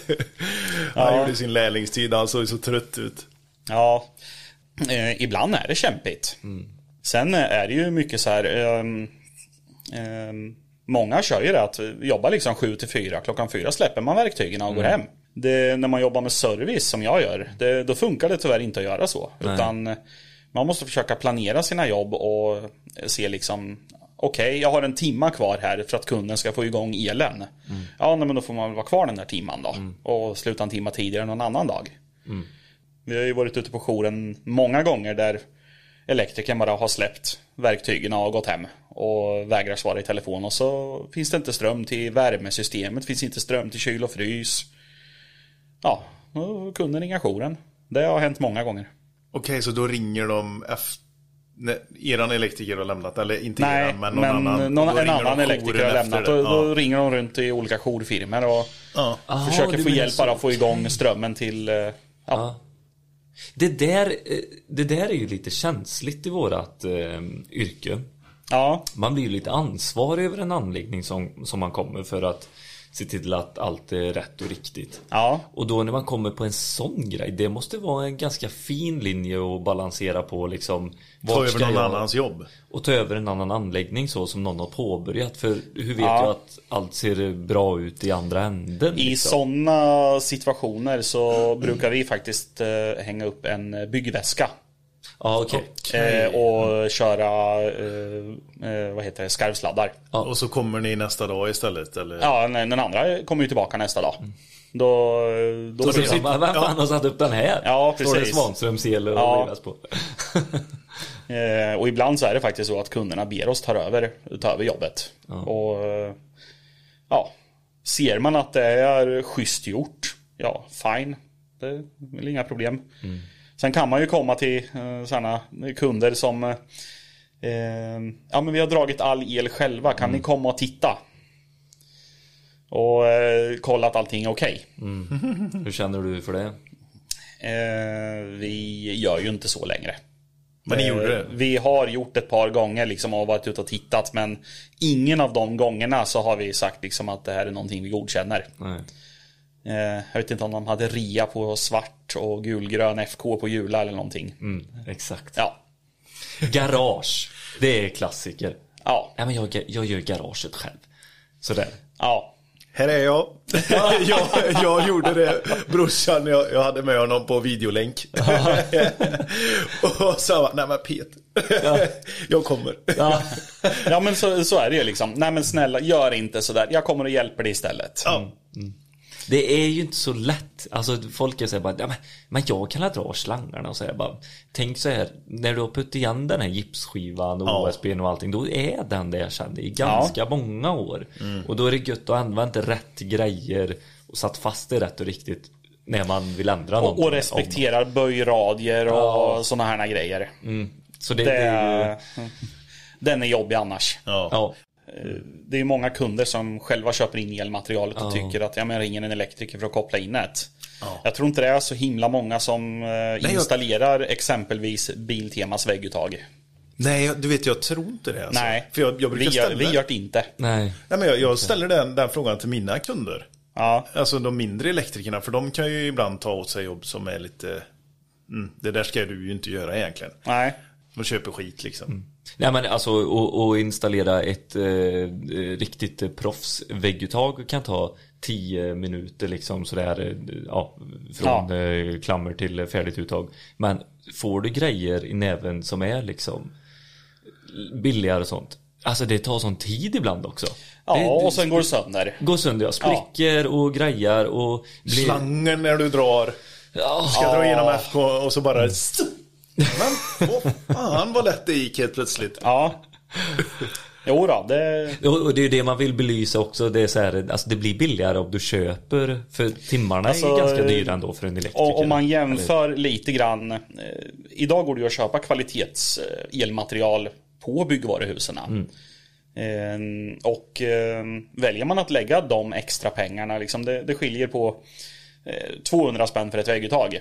Han Ja. gjorde sin lärlingstid. Han såg så trött ut. Ja, eh, ibland är det kämpigt. Mm. Sen är det ju mycket så här. Eh, eh, många kör ju det att jobba liksom sju till fyra. Klockan fyra släpper man verktygen och går hem. Det, när man jobbar med service som jag gör, det, då funkar det tyvärr inte att göra så. Nej. Utan man måste försöka planera sina jobb och se liksom, okej, okay, jag har en timma kvar här för att kunden ska få igång elen. Mm. Ja, men då får man vara kvar den där timman då. Mm. Och sluta en timma tidigare någon annan dag. Mm. Vi har ju varit ute på jouren många gånger där elektrikern bara har släppt verktygen och gått hem och vägrar svara i telefon. Och så finns det inte ström till värmesystemet, finns inte ström till kyl och frys. Ja, då kunde ringa jouren. Det har hänt många gånger. Okej, så då ringer de efter när eran elektriker har lämnat, eller inte Nej, eran, men någon men annan. någon, Då en ringer annan de elektriker jouren har efter lämnat. det. Och då Ja. ringer de runt i olika jourfirmor och Ja. Aha, försöker du få menar hjälp så. bara att få igång strömmen till... eh, Ja. Ja. Det där, eh, det där är ju lite känsligt i vårat eh, yrke. Ja. Man blir ju lite ansvarig över en anläggning som, som man kommer för att se till att allt är rätt och riktigt. Ja. Och då när man kommer på en sån grej, det måste vara en ganska fin linje att balansera på liksom. Ta vart över ska någon jag- annans jobb. Och ta över en annan anläggning så som någon har påbörjat. För hur vet Ja. jag att allt ser bra ut i andra änden? I liksom? sådana situationer så brukar vi faktiskt eh, hänga upp en byggväska. Ja, okej. Eh, och köra eh, eh, vad heter det, skarvsladdar. Ja. Och så kommer ni nästa dag istället, eller? Ja, den den andra kommer ju tillbaka nästa dag. Då, då Så blir sitter det... man, vem fan har satt upp den här? Ja, Står det precis. Svanströms el och Ja. ja. på. Eh, och ibland så är det faktiskt så att kunderna ber oss ta över, ta över jobbet. Ja. Och eh, ja, ser man att det är schysst gjort ja, fine. Det är väl inga problem. Mm. Sen kan man ju komma till eh, sådana kunder som eh, ja, men vi har dragit all el själva. Kan mm. ni komma och titta? Och eh, kolla att allting är okej. Okay. Mm. Hur känner du för det? Eh, vi gör ju inte så längre. Men ni gjorde det? Vi har gjort ett par gånger liksom och varit ute och tittat, men ingen av de gångerna så har vi sagt liksom att det här är någonting vi godkänner. Nej. Jag vet inte om de hade ria på svart och gulgrön F K på Jula eller någonting. Mm, exakt. Ja. Garage, det är klassiker. Ja. Ja, men jag, jag gör garaget själv. Sådär. Ja. Här är jag. jag. Jag gjorde det. Brorsan, jag, jag hade med honom på videolänk. Och sa, nej men Peter, ja. jag kommer. Ja, ja men så, så är det ju liksom. Nej men snälla, gör inte sådär. Jag kommer och hjälper dig istället. Ja. Mm. Mm. Det är ju inte så lätt. Alltså folk säger bara, ja, men, men jag kan dra slangarna och säga bara, tänk så här, när du har putt igen den här gipsskivan och ja. O S B:n och allting, då är den det jag kände i ganska ja. många år. Mm. Och då är det gött att använda rätt grejer och satt fast det rätt och riktigt när man vill ändra någonting. Och respekterar böjradier och ja. såna här grejer. Mm. Så det, det, det är ju... Den är jobbig annars. Ja. Ja. Det är många kunder som själva köper in elmaterialet och oh. tycker att ja, men jag ringer en elektriker för att koppla in ett. Oh. Jag tror inte det är så himla många som eh, Nej, installerar jag... exempelvis Biltemas vägguttag. Nej, du vet, jag tror inte det. Alltså. Nej, för jag, jag vi, gör, vi gör det inte. Nej, Nej men jag, jag ställer den, den frågan till mina kunder. Ja. Alltså de mindre elektrikerna, för de kan ju ibland ta åt sig jobb som är lite... Mm, det där ska du ju inte göra egentligen. Nej. De köper skit liksom. Mm. Nej men alltså och, och installera ett eh, riktigt proffs vägguttag kan ta tio minuter liksom sådär, ja, från ja. Eh, klammer till färdigt uttag. Men får du grejer i näven som är liksom billigare och sånt, alltså det tar sån tid ibland också. Ja, det, och sen går det sönder. Går sönder, ja, spricker ja. och grejar och blir... Slangen när du drar. Ja. Ska dra igenom F K och så bara... Men åh, fan vad lätt det gick helt plötsligt. Ja. Jo då, det... Och det är det man vill belysa också. Det är så här, alltså det blir billigare om du köper, för timmarna alltså, är ganska dyra ändå för en elektriker. Och om man jämför eller? lite grann eh, idag går det ju att köpa kvalitets eh, elmaterial på byggvaruhusen. Mm. Eh, och eh, väljer man att lägga de extra pengarna liksom, det, det skiljer på eh, tvåhundra spänn för ett vägguttag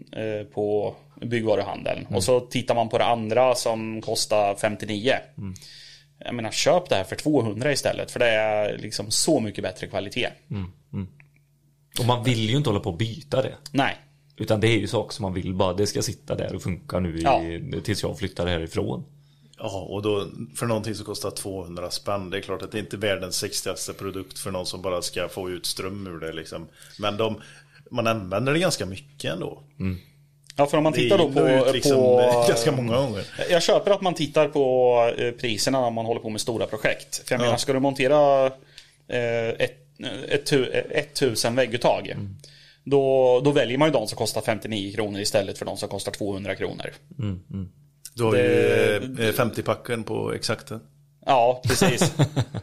på byggvaruhandeln. Mm. Och så tittar man på det andra som kostar femtionio. Mm. Jag menar, köp det här för tvåhundra istället, för det är liksom så mycket bättre kvalitet. Mm. Mm. Och man vill ju inte hålla på att byta det. Nej. Utan det är ju saker som man vill bara, det ska sitta där och funka nu i, ja. tills jag flyttar härifrån. Ja, och då för någonting som kostar tvåhundra spänn, det är klart att det inte är världens sexigaste produkt för någon som bara ska få ut ström ur det liksom. Men de man använder det ganska mycket ändå. Mm. Ja, för om man tittar då på, liksom på ganska många gånger. Jag köper att man tittar på priserna när man håller på med stora projekt. För jag ja. menar, ska du montera ett, ett, ett tusen vägguttag, mm. då, då väljer man ju de som kostar femtionio kronor istället för de som kostar tvåhundra kronor. Mm. Mm. Då har det, ju femtio-packen på exakten. Ja, precis.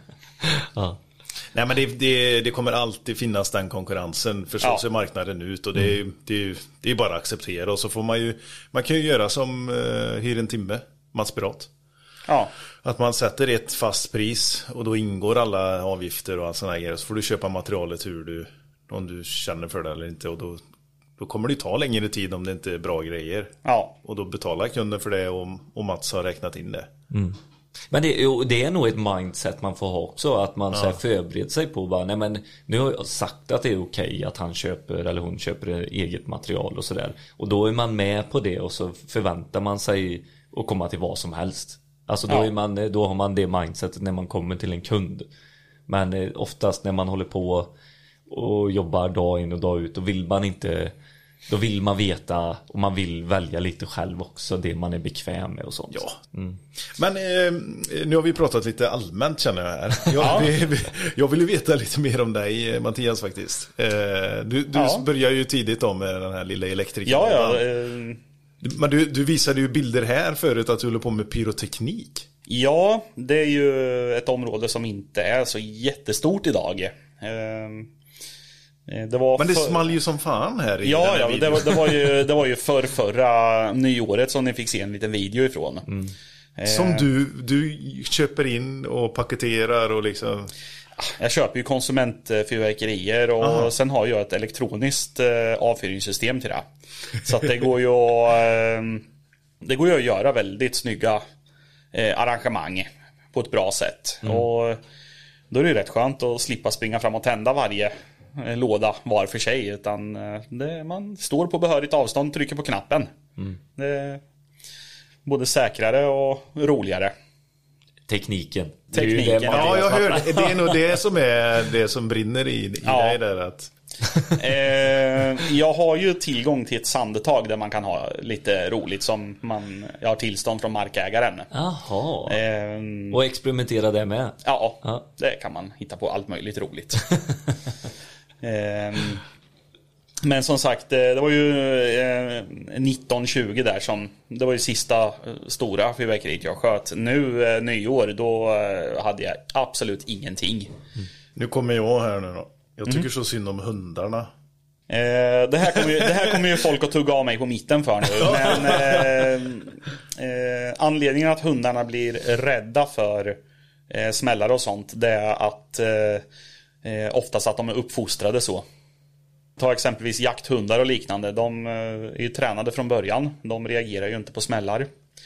Ja. Nej, men det, det, det kommer alltid finnas den konkurrensen, för så ja. ser marknaden ut, och det, mm. det, det är bara att acceptera, och så får man ju, man kan ju göra som uh, hyr en timme, Mats Pirat. Ja. Att man sätter ett fast pris och då ingår alla avgifter och allt sådana grejer, så får du köpa materialet hur du, om du känner för det eller inte, och då, då kommer det ta längre tid om det inte är bra grejer. Ja. Och då betalar kunden för det, och, och Mats har räknat in det. Mm. Men det, det är nog ett mindset man får ha också, att man ja. så här förbereder sig på bara, nej men nu har jag sagt att det är okej att han köper eller hon köper eget material och sådär, och då är man med på det, och så förväntar man sig att komma till vad som helst. Alltså då, ja. är man, då har man det mindsetet när man kommer till en kund. Men oftast när man håller på och jobbar dag in och dag ut, då vill man inte, då vill man veta, och man vill välja lite själv också, det man är bekväm med och sånt. Ja. Mm. Men eh, nu har vi pratat lite allmänt, känner jag här. Jag, ja. vi, jag vill ju veta lite mer om dig, Mattias, faktiskt. Eh, du du ja. börjar ju tidigt om med den här lilla elektrikern. Ja, ja. Eh... Men du, du visade ju bilder här förut att du håller på med pyroteknik. Ja, det är ju ett område som inte är så jättestort idag. Eh... Det var Men det för... small ju som fan här i Ja, den här ja det, var, det, var ju, det var ju för förra nyåret som ni fick se en liten video ifrån. Mm. Som du, du köper in och paketerar och liksom... Jag köper ju konsumentfyrverkerier och Aha. sen har jag ett elektroniskt avfyrningssystem till det. Så att det går ju att, det går ju att göra väldigt snygga arrangemang på ett bra sätt. Mm. Och då är det ju rätt skönt att slippa springa fram och tända varje låda var för sig. Utan det, man står på behörigt avstånd, trycker på knappen. Mm. Det är både säkrare och roligare. Tekniken. Tekniken. Det ja, jag hör det. Det är nog det som är det som brinner i, i ja. dig där att... eh, jag har ju tillgång till ett sandtag där man kan ha lite roligt som man, jag har tillstånd från markägaren. Jaha. Eh, och experimentera det med. Ja, ja, det kan man hitta på allt möjligt roligt. eh, Men som sagt, det var ju nitton tjugo där som det var ju sista stora fyrverkeriet jag sköt. Nu nyår, då hade jag absolut ingenting. Mm. Nu kommer jag här nu då. Jag tycker mm. så synd om hundarna. Eh, det, här kommer ju, det här kommer ju folk att tugga av mig på mitten för nu. Men eh, eh, anledningen att hundarna blir rädda för eh, smällare och sånt, det är att eh, oftast att de är uppfostrade så. Ta exempelvis jakthundar och liknande. De är ju tränade från början. De reagerar ju inte på smällar.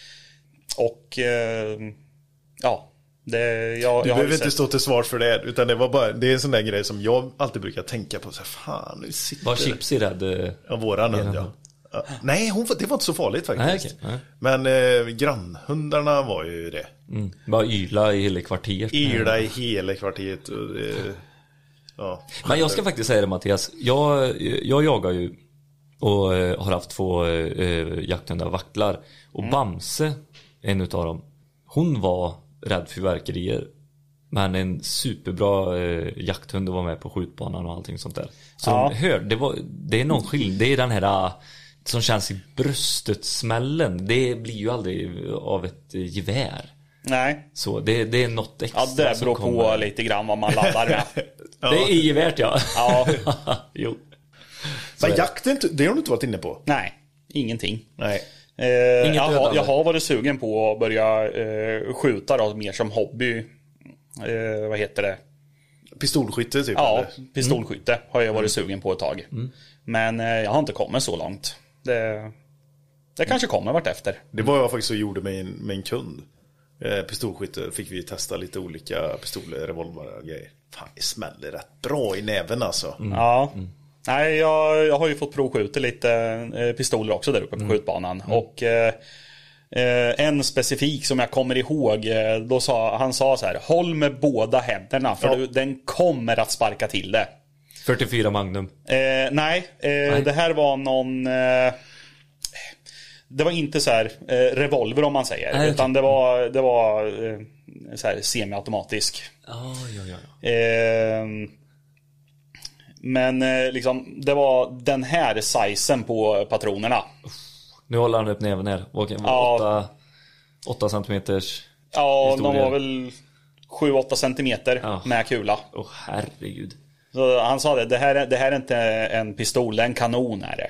Och eh, ja, det, jag, du jag behöver sett... inte stå till svar för det. Utan det var bara, det är en sån där grej som jag alltid brukar tänka på. Så här, fan, nu sitter... Var Chips i rädd? Ja, våran hund, ja. ja. Nej, hon, det var inte så farligt faktiskt. Nej, okay. Men eh, grannhundarna var ju det. Mm. Bara yla i hela kvarteret. Yla i hela kvarteret. Och det... Ja. Men jag ska faktiskt säga det, Mattias. Jag, jag jagar ju och har haft två äh, jakthundar, vaktlar. Och mm. Bamse, en utav dem, hon var rädd för fyrverkerier. Men en superbra äh, jakthund att vara med på skjutbanan och allting sånt där. Så ja. hör, det, var, det är någon skillnad. Det är den här äh, som känns i bröstet smällen. Det blir ju aldrig av ett äh, gevär. Nej. Så det, det är något extra. Ja, det beror på lite grann vad man laddar med. Ja. Det är gevärt, ja. Ja. Jo. Men jakten, det har du inte varit inne på? Nej, ingenting. Nej. Eh, jag, har, jag har varit sugen på att börja eh, skjuta då, mer som hobby. Eh, vad heter det? Pistolskytte typ? Ja, eller? pistolskytte mm. har jag varit sugen på ett tag. Mm. Men eh, jag har inte kommit så långt. Det, det kanske kommer vart efter. Det var jag faktiskt och gjorde med en, med en kund. Eh, pistolskytte fick vi testa lite olika pistoler, revolver och grejer. Fan, det smäller rätt bra i näven alltså. Mm. Ja. Mm. Nej, jag, jag har ju fått provskjuta lite eh, pistoler också där uppe på mm. skjutbanan. Mm. Och eh, en specifik som jag kommer ihåg, eh, då sa, han sa så här: håll med båda händerna för ja. du, den kommer att sparka till det. fyrtiofyra Magnum. Eh, nej, eh, nej, det här var någon... Eh, det var inte så här eh, revolver om man säger, nej, utan det var, det var eh, så här semiautomatisk. Oh, ja, ja, ja. Eh, men eh, liksom, det var den här sizen på patronerna. Uff, nu håller han upp näven här. Okay, ja. åtta centimeters ja, historia. De var väl sju åtta centimeter ja. med kula. Åh, oh, herregud. Så han sa det, det här, det här är inte en pistol, det är en kanon är det.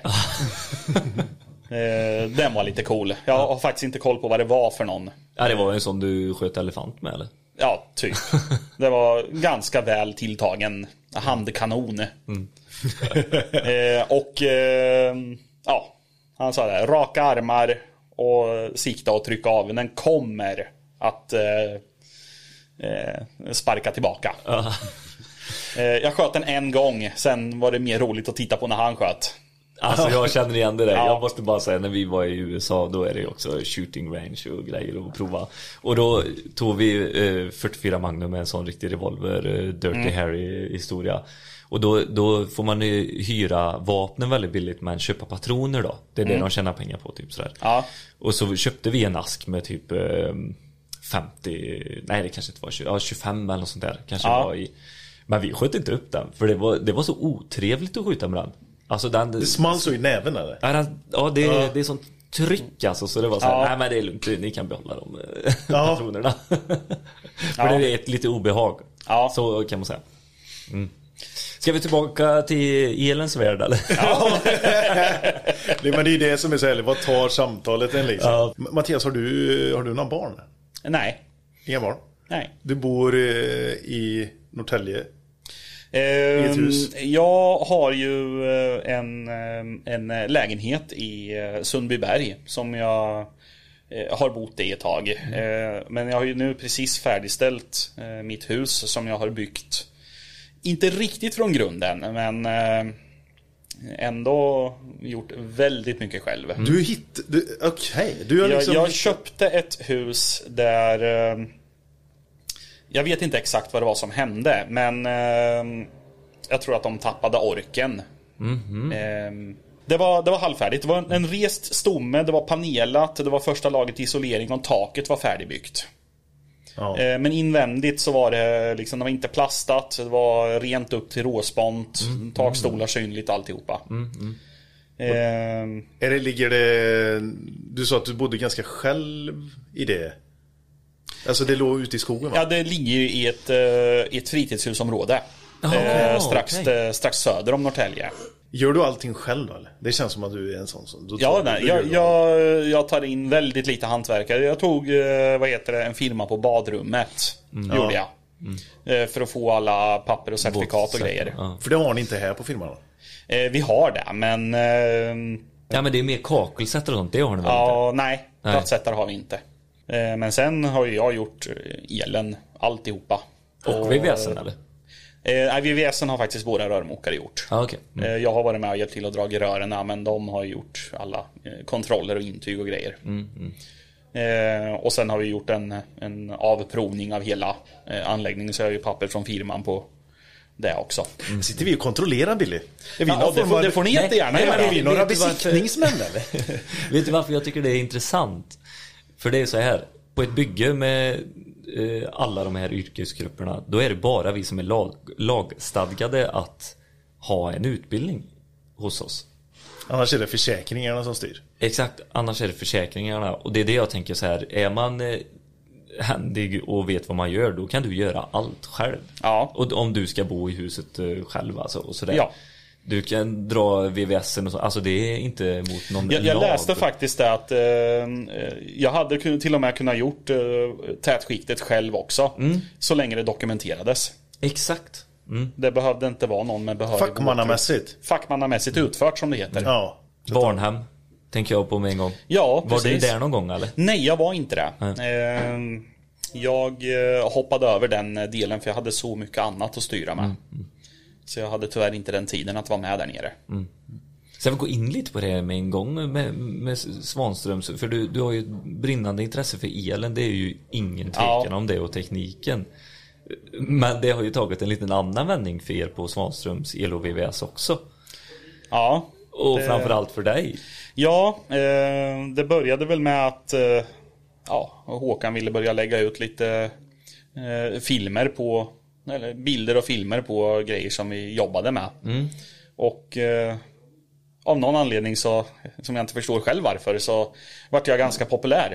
Den var lite cool. Jag har faktiskt inte koll på vad det var för någon. Ja, det var en sån du sköt elefant med, eller? Ja, typ. Det var ganska väl tilltagen handkanon. Mm. eh, och eh, ja, han sa det, raka armar och sikta och trycka av. Den kommer att eh, eh, sparka tillbaka. Uh. eh, jag sköt den en gång, sen var det mer roligt att titta på när han sköt. Alltså jag känner igen det där. Ja. Jag måste bara säga, när vi var i U S A, då är det också shooting range och grejer att prova. Och då tog vi eh, fyrtiofyra Magnum med en sån riktig revolver, eh, Dirty mm. Harry historia. Och då, då får man ju hyra vapnen väldigt billigt, men köpa patroner då. Det är det mm. de tjänar pengar på typ sådär. Ja. Och så köpte vi en ask med typ eh, femtio, nej det kanske inte var tjugo, ja, tjugofem eller något sånt där kanske ja. var i. Men vi sköt inte upp den, för det var, det var så otrevligt att skjuta med den. Alltså den, det small så i näven eller? Ja, den, ja, det, ja. det är sånt tryck alltså, så det var så här, ja. nej men det är lugnt, ni kan behålla de ja. patronerna. För ja. det är ett lite obehag. Ja. Så kan man säga. Mm. Ska vi tillbaka till elens värld eller? Ja. det, men det är det som är så härligt. Vad tar samtalet en liksom? Ja. Mattias, har du, har du några barn? Nej. Inga barn? Nej. Du bor i Norrtälje? Eh, jag har ju en, en lägenhet i Sundbyberg som jag har bott i ett tag. Mm. Men jag har ju nu precis färdigställt mitt hus som jag har byggt. Inte riktigt från grunden, men ändå gjort väldigt mycket själv. Mm. Du hitt... Okej. Okay. Du har liksom... jag, jag köpte ett hus där... Jag vet inte exakt vad det var som hände, men eh, jag tror att de tappade orken. Mm-hmm. Eh, det, var, det var halvfärdigt. Det var en, en rest stomme, det var panelat, det var första laget isolering och taket var färdigbyggt. Oh. Eh, men invändigt så var det liksom, det var inte plastat, det var rent upp till råspont, mm-hmm. takstolar synligt, alltihopa. Mm-hmm. Eh, är det, ligger det... Du sa att du bodde ganska själv i det. Alltså det låg ute i skogen, va? Ja, det ligger ju i ett, i ett fritidshusområde. Oh, eh, strax, okay. strax söder om Norrtälje. Gör du allting själv då, eller? Det känns som att du är en sån som... Ja, nej, jag, jag, jag tar in väldigt lite hantverkare. Jag tog, vad heter det, en firma på badrummet. Mm. Gjorde jag. Mm. För att få alla papper och certifikat och grejer. Ja. För det har ni inte här på firman, då? Eh, vi har det, men... Eh, ja, men det är mer kakelsättare och sånt, det har ni väl ja, inte? Nej, plattsättare har vi inte. Men sen har ju jag gjort elen, alltihopa. Och, och V V S:en eller? Nej, V V S:en har faktiskt våra rörmokare gjort. Ah, okay. Mm. Jag har varit med och hjälpt till att dra i rören, men de har gjort alla kontroller och intyg och grejer. Mm, mm. Och sen har vi gjort en, en avprovning av hela anläggningen, så jag har ju papper från firman på det också. Mm. Sitter vi och kontrollerar, Billy? Är vi ja, det, får, det får ni jättegärna göra. Är vi några besiktningsmän eller? Vet du varför jag tycker det är intressant? För det är så här, på ett bygge med eh, alla de här yrkesgrupperna, då är det bara vi som är lag, lagstadgade att ha en utbildning hos oss. Annars är det försäkringarna som styr. Exakt, annars är det försäkringarna. Och det är det jag tänker så här, är man eh, händig och vet vad man gör, då kan du göra allt själv. Ja. Och om du ska bo i huset eh, själv alltså, och sådär. Ja. Du kan dra V V S:en och så. Alltså det är inte mot någon Jag, jag läste faktiskt det att eh, jag hade till och med kunnat gjort eh, tätskiktet själv också. Mm. Så länge det dokumenterades. Exakt. Mm. Det behövde inte vara någon med behörig Fackmannamässigt. Fackmannamässigt utfört, som det heter. Ja. Barnhem tänker jag på med en gång. Ja, var precis. Du där någon gång eller? Nej, jag var inte det. Mm. Eh, jag hoppade över den delen för jag hade så mycket annat att styra med. Mm. Mm. Så jag hade tyvärr inte den tiden att vara med där nere. Mm. Så jag vill gå in lite på det med en gång med, med Svanströms. För du, du har ju ett brinnande intresse för elen. Det är ju ingen tvekan ja. om det och tekniken. Men det har ju tagit en liten annan vändning för er på Svanströms el och V V S också. Ja. Och det... framförallt för dig. Ja, eh, det började väl med att eh, ja, Håkan ville börja lägga ut lite eh, filmer på... eller bilder och filmer på grejer som vi jobbade med. Mm. Och eh, av någon anledning så, som jag inte förstår själv varför, så vart jag ganska populär.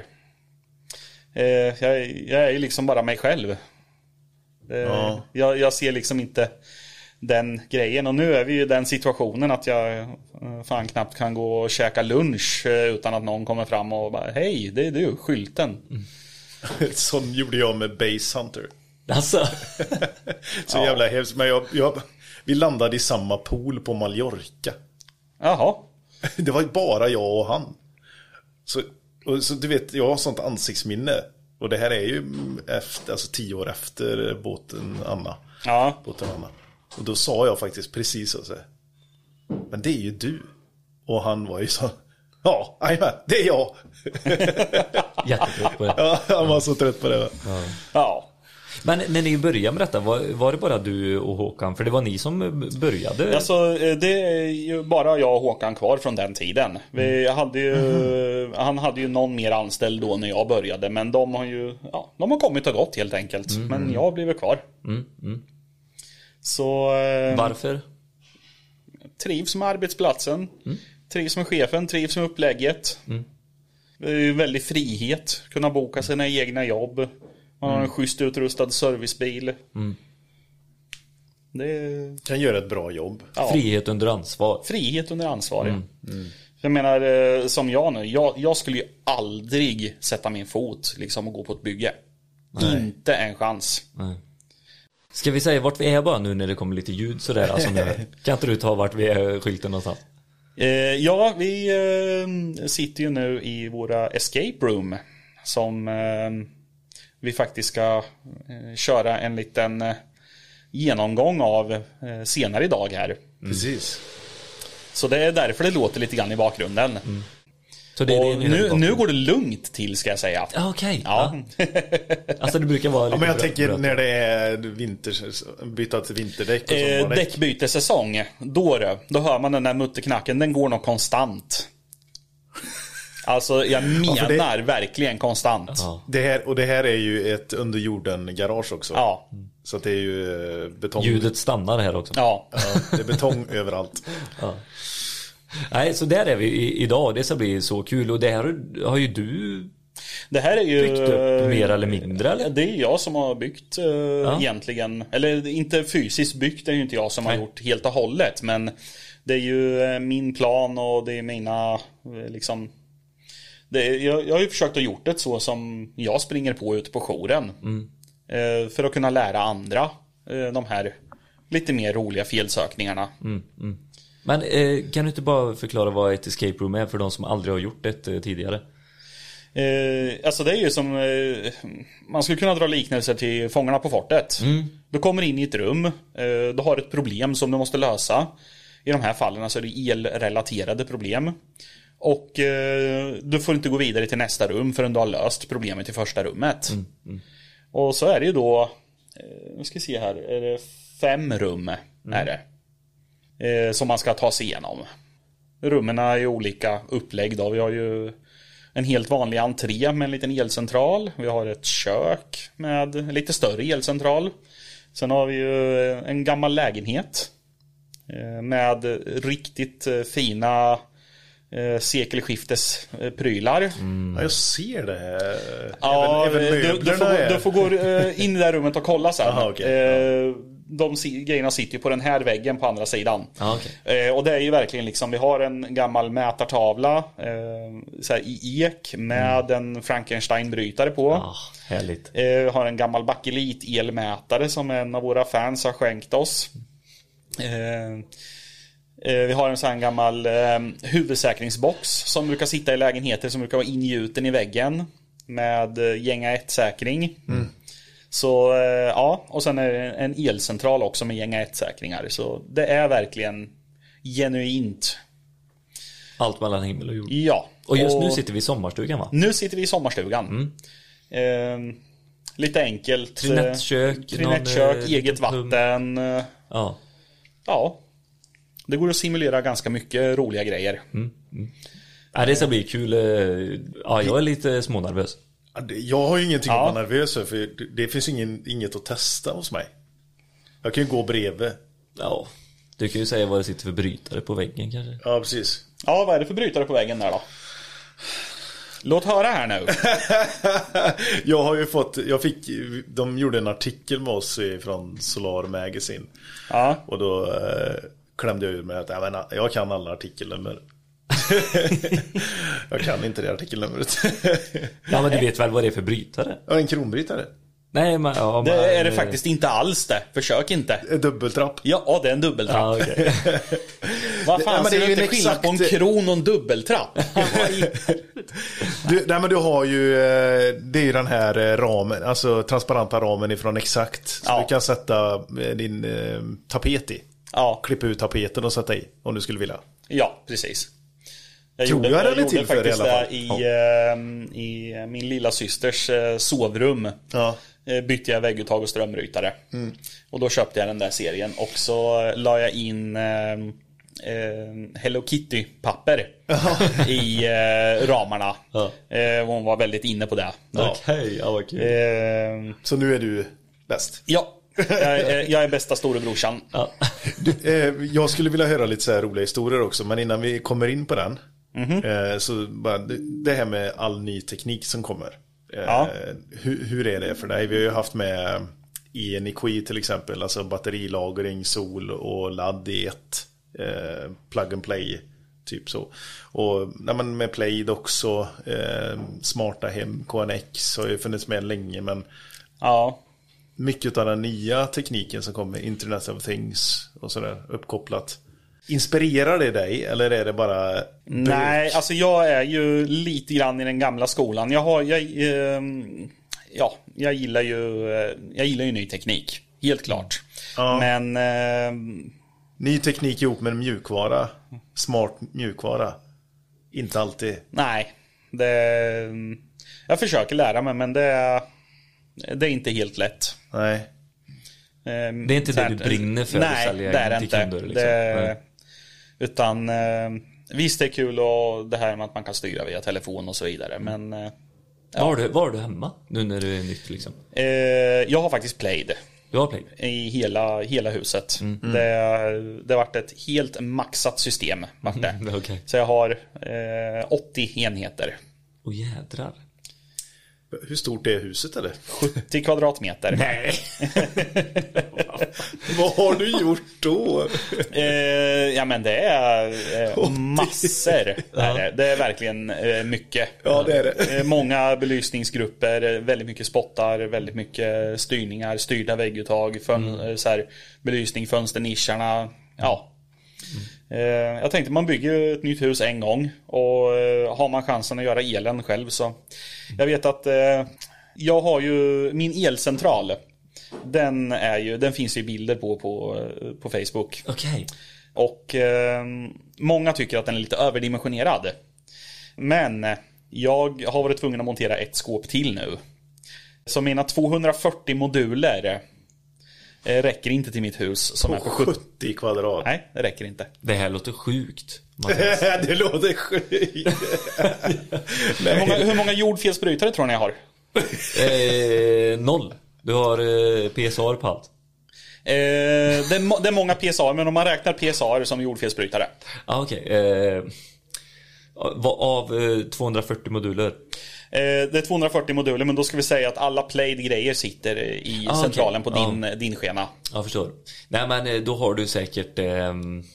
Eh, jag, jag är ju liksom bara mig själv. Eh, ja. jag, jag ser liksom inte den grejen. Och nu är vi ju i den situationen att jag eh, fan knappt kan gå och käka lunch eh, utan att någon kommer fram och bara, hej, det är du, skylten. Mm. Sån gjorde jag med Base Hunter. Alltså. Så jävla hemskt. Men jag, jag, vi landade i samma pool på Mallorca. Jaha. Det var ju bara jag och han. Så, och, så du vet, jag har sånt ansiktsminne. Och det här är ju efter, alltså tio år efter båten Anna. Ja. Båten Anna. Och då sa jag faktiskt precis så. Men det är ju du. Och han var ju så. Ja, ajman, det är jag. Jättetrött på det. Ja, han var så trött på det. Ja. Ja. Men när ni började med detta, var, var det bara du och Håkan? För det var ni som började. Alltså, det är ju bara jag och Håkan kvar från den tiden. Vi hade ju, mm. Han hade ju någon mer anställd då när jag började. Men de har ju ja, de har kommit och gått helt enkelt. Mm. Men jag blev kvar. Mm. Mm. Så, varför? Trivs med arbetsplatsen. Mm. Trivs med chefen, trivs med upplägget. Mm. Det är ju väldigt frihet. Kunna boka sina egna jobb. Man har en schysst utrustad servicebil. Mm. Det kan göra ett bra jobb. Ja. Frihet under ansvar. Frihet under ansvar, mm. ja. Mm. Jag menar, som jag nu, jag, jag skulle ju aldrig sätta min fot liksom och gå på ett bygge. Nej. Inte en chans. Nej. Ska vi säga vart vi är bara nu när det kommer lite ljud sådär? Alltså nu, kan inte du ta vart vi är skylten någonstans? Eh, ja, vi eh, sitter ju nu i våra escape room som eh, vi faktiskt ska eh, köra en liten eh, genomgång av eh, senare idag här. Mm. Precis. Så det är därför det låter lite grann i bakgrunden. Mm. Så det är och det nu, nu går det lugnt till, ska jag säga. Okej. Okay. Ja. Alltså det brukar vara lite ja, men jag tänker bröt. När det är vinter, byta till vinterdäck och eh, däckbytesäsong, då, då hör man den där mutterknacken, den går nog konstant. Alltså jag menar ja, det, verkligen konstant. Ja. Det här, och det här är ju ett underjorden garage också. Ja. Så att det är ju betong. Ljudet stannar här också. Ja, ja det är betong överallt. Ja. Nej, så där är vi i, idag. Det ska bli så kul. Och det här har ju du det här är ju byggt upp mer eller mindre, eller? Det är jag som har byggt uh, ja. egentligen. Eller inte fysiskt byggt, det är ju inte jag som Nej. har gjort helt och hållet. Men det är ju min plan och det är mina liksom det är, jag, jag har ju försökt att gjort det så som jag springer på ute på jouren. Mm. Uh, för att kunna lära andra uh, de här lite mer roliga felsökningarna. Mm, mm. Men eh, kan du inte bara förklara vad ett escape room är för de som aldrig har gjort det eh, tidigare? Eh, alltså det är ju som eh, man skulle kunna dra liknelser till Fångarna på fortet. Mm. Du kommer in i ett rum, eh, du har ett problem som du måste lösa. I de här fallen så är det elrelaterade problem. Och eh, du får inte gå vidare till nästa rum förrän du har löst problemet i första rummet. Mm. Mm. Och så är det ju då, eh, nu ska vi se här, är det fem rum mm. är det. Eh, som man ska ta sig igenom. Rummen är olika upplägg då. Vi har ju en helt vanlig entré med en liten elcentral. Vi har ett kök med lite större elcentral. Sen har vi ju en gammal lägenhet eh, med riktigt eh, fina eh, sekelskiftesprylar. Mm. Ja, jag ser det. Ja, även, även du, du, får, du får gå eh, in i det här rummet och kolla sen. Aha, okay. eh, De grejerna sitter ju på den här väggen på andra sidan. Ah, okay. eh, Och det är ju verkligen liksom, vi har en gammal mätartavla eh, så här, i ek med mm. en Frankenstein-brytare på. Ah, härligt. eh, Vi har en gammal bakelit-elmätare som en av våra fans har skänkt oss. eh, eh, Vi har en sån här gammal eh, huvudsäkringsbox som brukar sitta i lägenheter, som brukar vara ingjuten i väggen med eh, gänga ett-säkring. Mm. Så ja, och sen är det en elcentral också med gänga ett-säkringar. Så det är verkligen genuint. Allt mellan himmel och jord. Ja. Och just och nu sitter vi i sommarstugan, va? Nu sitter vi i sommarstugan. Mm. eh, Lite enkelt. Trinettkök. Trinettkök, någon, eget vatten. Ja. Ja. Det går att simulera ganska mycket roliga grejer. Mm. Mm. Ja, det ska bli kul. Ja, jag är lite smånervös. Jag har ju ingenting ja. att vara nervös för, för det finns ingen, inget att testa hos mig. Jag kan ju gå bredvid. Ja, du kan ju säga vad det sitter för brytare på väggen kanske. Ja, precis. Ja, vad är det för brytare på väggen där då? Låt höra här nu. Jag har ju fått, jag fick, de gjorde en artikel med oss från Solar Magazine. Ja. Och då eh, klämde jag ur med att jag, menar, jag kan alla artikelnummer. Jag kan inte det artikelnumret. Ja, men du vet väl vad det är för brytare? Ja, en kronbrytare. Nej, men, ja, det är det faktiskt inte alls det. Försök inte. En dubbeltrapp. Ja, det är en dubbeltrapp. Ja, okay. Vad fan, nej, ser det du inte skillnad på en kron och en dubbeltrapp? du, nej, men du har ju, det är ju den här ramen, alltså transparenta ramen ifrån Exakt. Så ja. Du kan sätta din eh, tapet i. Ja. Klippa ut tapeten och sätta i, om du skulle vilja. Ja, precis. Jag Tror gjorde, jag, jag jag gjorde till faktiskt för det i alla fall. I, ja. eh, i min lilla systers eh, sovrum. Ja. eh, Bytte jag vägguttag och strömbrytare. Mm. Och då köpte jag den där serien. Och så la jag in eh, eh, Hello Kitty-papper i eh, ramarna. Ja. eh, Hon var väldigt inne på det. Okej, okay, ja, vad kul. eh, Så nu är du bäst? Ja. jag, är, jag är bästa storebrorsan. Ja. Du, eh, jag skulle vilja höra lite så här roliga historier också. Men innan vi kommer in på den, mm-hmm. eh, så bara, det, det här med all ny teknik som kommer, eh, ja. hur, hur är det för dig? Vi har ju haft med Eniqui till exempel, alltså batterilagring, sol och ladd i ett, eh, plug and play typ så. Och nej, men med Plaid också, eh, smarta hem, K N X har ju funnits med länge, men ja, mycket av den nya tekniken som kommer, Internet of Things och sådär uppkopplat. Inspirerar det dig eller är det bara bök? Nej, alltså jag är ju lite grann i den gamla skolan. Jag har jag eh, ja, jag gillar ju jag gillar ju ny teknik, helt klart. Ja. Men eh, ny teknik ihop med mjukvara, smart mjukvara. Inte alltid. Nej, det, jag försöker lära mig, men det är, det är inte helt lätt. Nej. Det är inte det du brinner för nej, att sälja det är till inte. kunder liksom. Det, utan visst, det är kul och det här med att man kan styra via telefon och så vidare, men ja. Var du, var du hemma nu när du är nytt liksom? Eh, jag har faktiskt Plaid. Du har Plaid? I hela, hela huset. Mm. Det, det har varit ett helt maxat system. Vart det. Mm, okay. Så jag har eh, åttio enheter. Åh oh, jädrar. Hur stort är huset eller? sjuttio kvadratmeter. Nej. Vad har du gjort då? eh, ja men det är eh, massor. Det är, det är verkligen eh, mycket. Ja, det är det. Eh, många belysningsgrupper, väldigt mycket spottar, väldigt mycket styrningar, styrda vägguttag, fön, mm. så här, belysning, fönsternischarna. Ja. Mm. Eh, jag tänkte man bygger ett nytt hus en gång och eh, har man chansen att göra elen själv så. Jag vet att eh, jag har ju min elcentral. Den är ju den finns ju bilder på på på Facebook. Okej. Okay. Och eh, många tycker att den är lite överdimensionerad. Men jag har varit tvungen att montera ett skåp till nu. Så mina tvåhundrafyrtio moduler eh, räcker inte till mitt hus som på är på sjuttio kvadrat. Nej, det räcker inte. Det här låter sjukt. Det låter sjukt. hur, många, hur många jordfelsbrytare tror ni jag har? Eh, noll. Du har eh, P S A på allt. Eh, det, är, det är många P S A, men om man räknar P S A som jordfelsbrytare. Ah, okej. Okay. Eh, av eh, tvåhundrafyrtio moduler. Eh, det är tvåhundrafyrtio moduler, men då ska vi säga att alla Plaid-grejer sitter i ah, centralen okay. på din, ah. din skena. Jag förstår. Nej, men då har du säkert eh,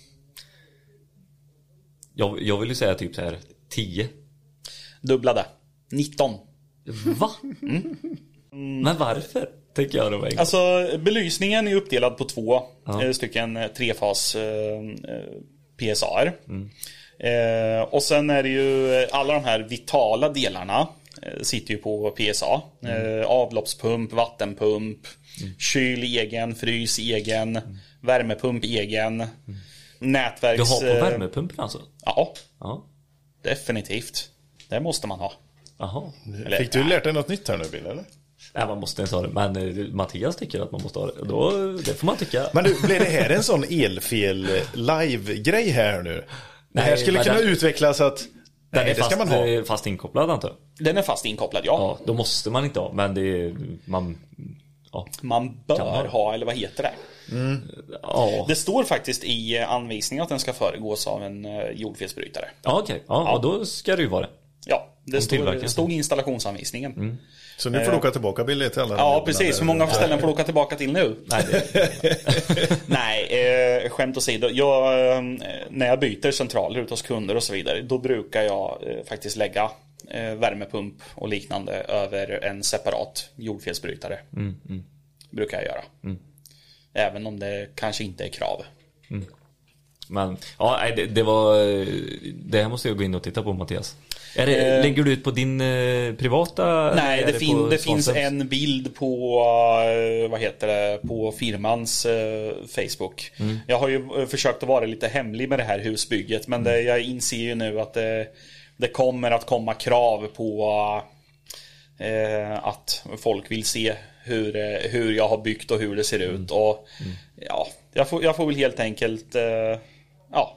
jag, jag vill ju säga typ så här tio. Dubblade. nitton. Va? Mm. Men varför? Tänker jag då. Alltså belysningen är uppdelad på två ja. stycken trefas eh, P S A-er. Mm. Eh, och sen är det ju alla de här vitala delarna eh, sitter ju på P S A. Mm. Eh, avloppspump, vattenpump, mm. kyl egen, frys egen, mm. värmepump egen, mm. nätverks... Du har på värmepumpen alltså? Ja, ja. Definitivt. Det måste man ha. Jaha. Eller, Fick du lärt dig något nytt här nu, Bill, eller? Nej, man måste inte ha det. Men eh, Mattias tycker att man måste ha det. Då, det får man tycka. Men du, blir det här en sån elfel live-grej här nu? Det Nej, här skulle kunna den, utvecklas så att... Den nej, är det fast, ska man ha. fast inkopplad, antar jag. Den är fast inkopplad, ja. Ja, då måste man inte ha. Men det är... Man, ja. man bör ha, eller vad heter det? Mm. Ja. Det står faktiskt i anvisningen att den ska föregås av en jordfelsbrytare. Ja, okej. Okay. Ja, ja, då ska det ju vara det. Ja, det stod, stod i installationsanvisningen. Mm. Så nu får du åka tillbaka billigt till alla. Ja, precis. Hur många ställen får du åka tillbaka till nu? Nej, det... Nej eh, skämt åsido. Jag, eh, när jag byter centraler ut hos kunder och så vidare, då brukar jag eh, faktiskt lägga eh, värmepump och liknande över en separat jordfelsbrytare. Mm, mm. Brukar jag göra. Mm. Även om det kanske inte är krav. Mm. Men ja, det, det var det här måste jag gå in och titta på, Mattias. Är det, eh, lägger du ut på din eh, privata? Nej, det, det, fin, det finns en bild på vad heter det på firmans eh, Facebook. Mm. Jag har ju försökt att vara lite hemlig med det här husbygget, men det, jag inser ju nu att det, det kommer att komma krav på eh, att folk vill se hur, hur jag har byggt och hur det ser ut. Mm. Och mm. ja, jag får, jag får väl helt enkelt eh, ja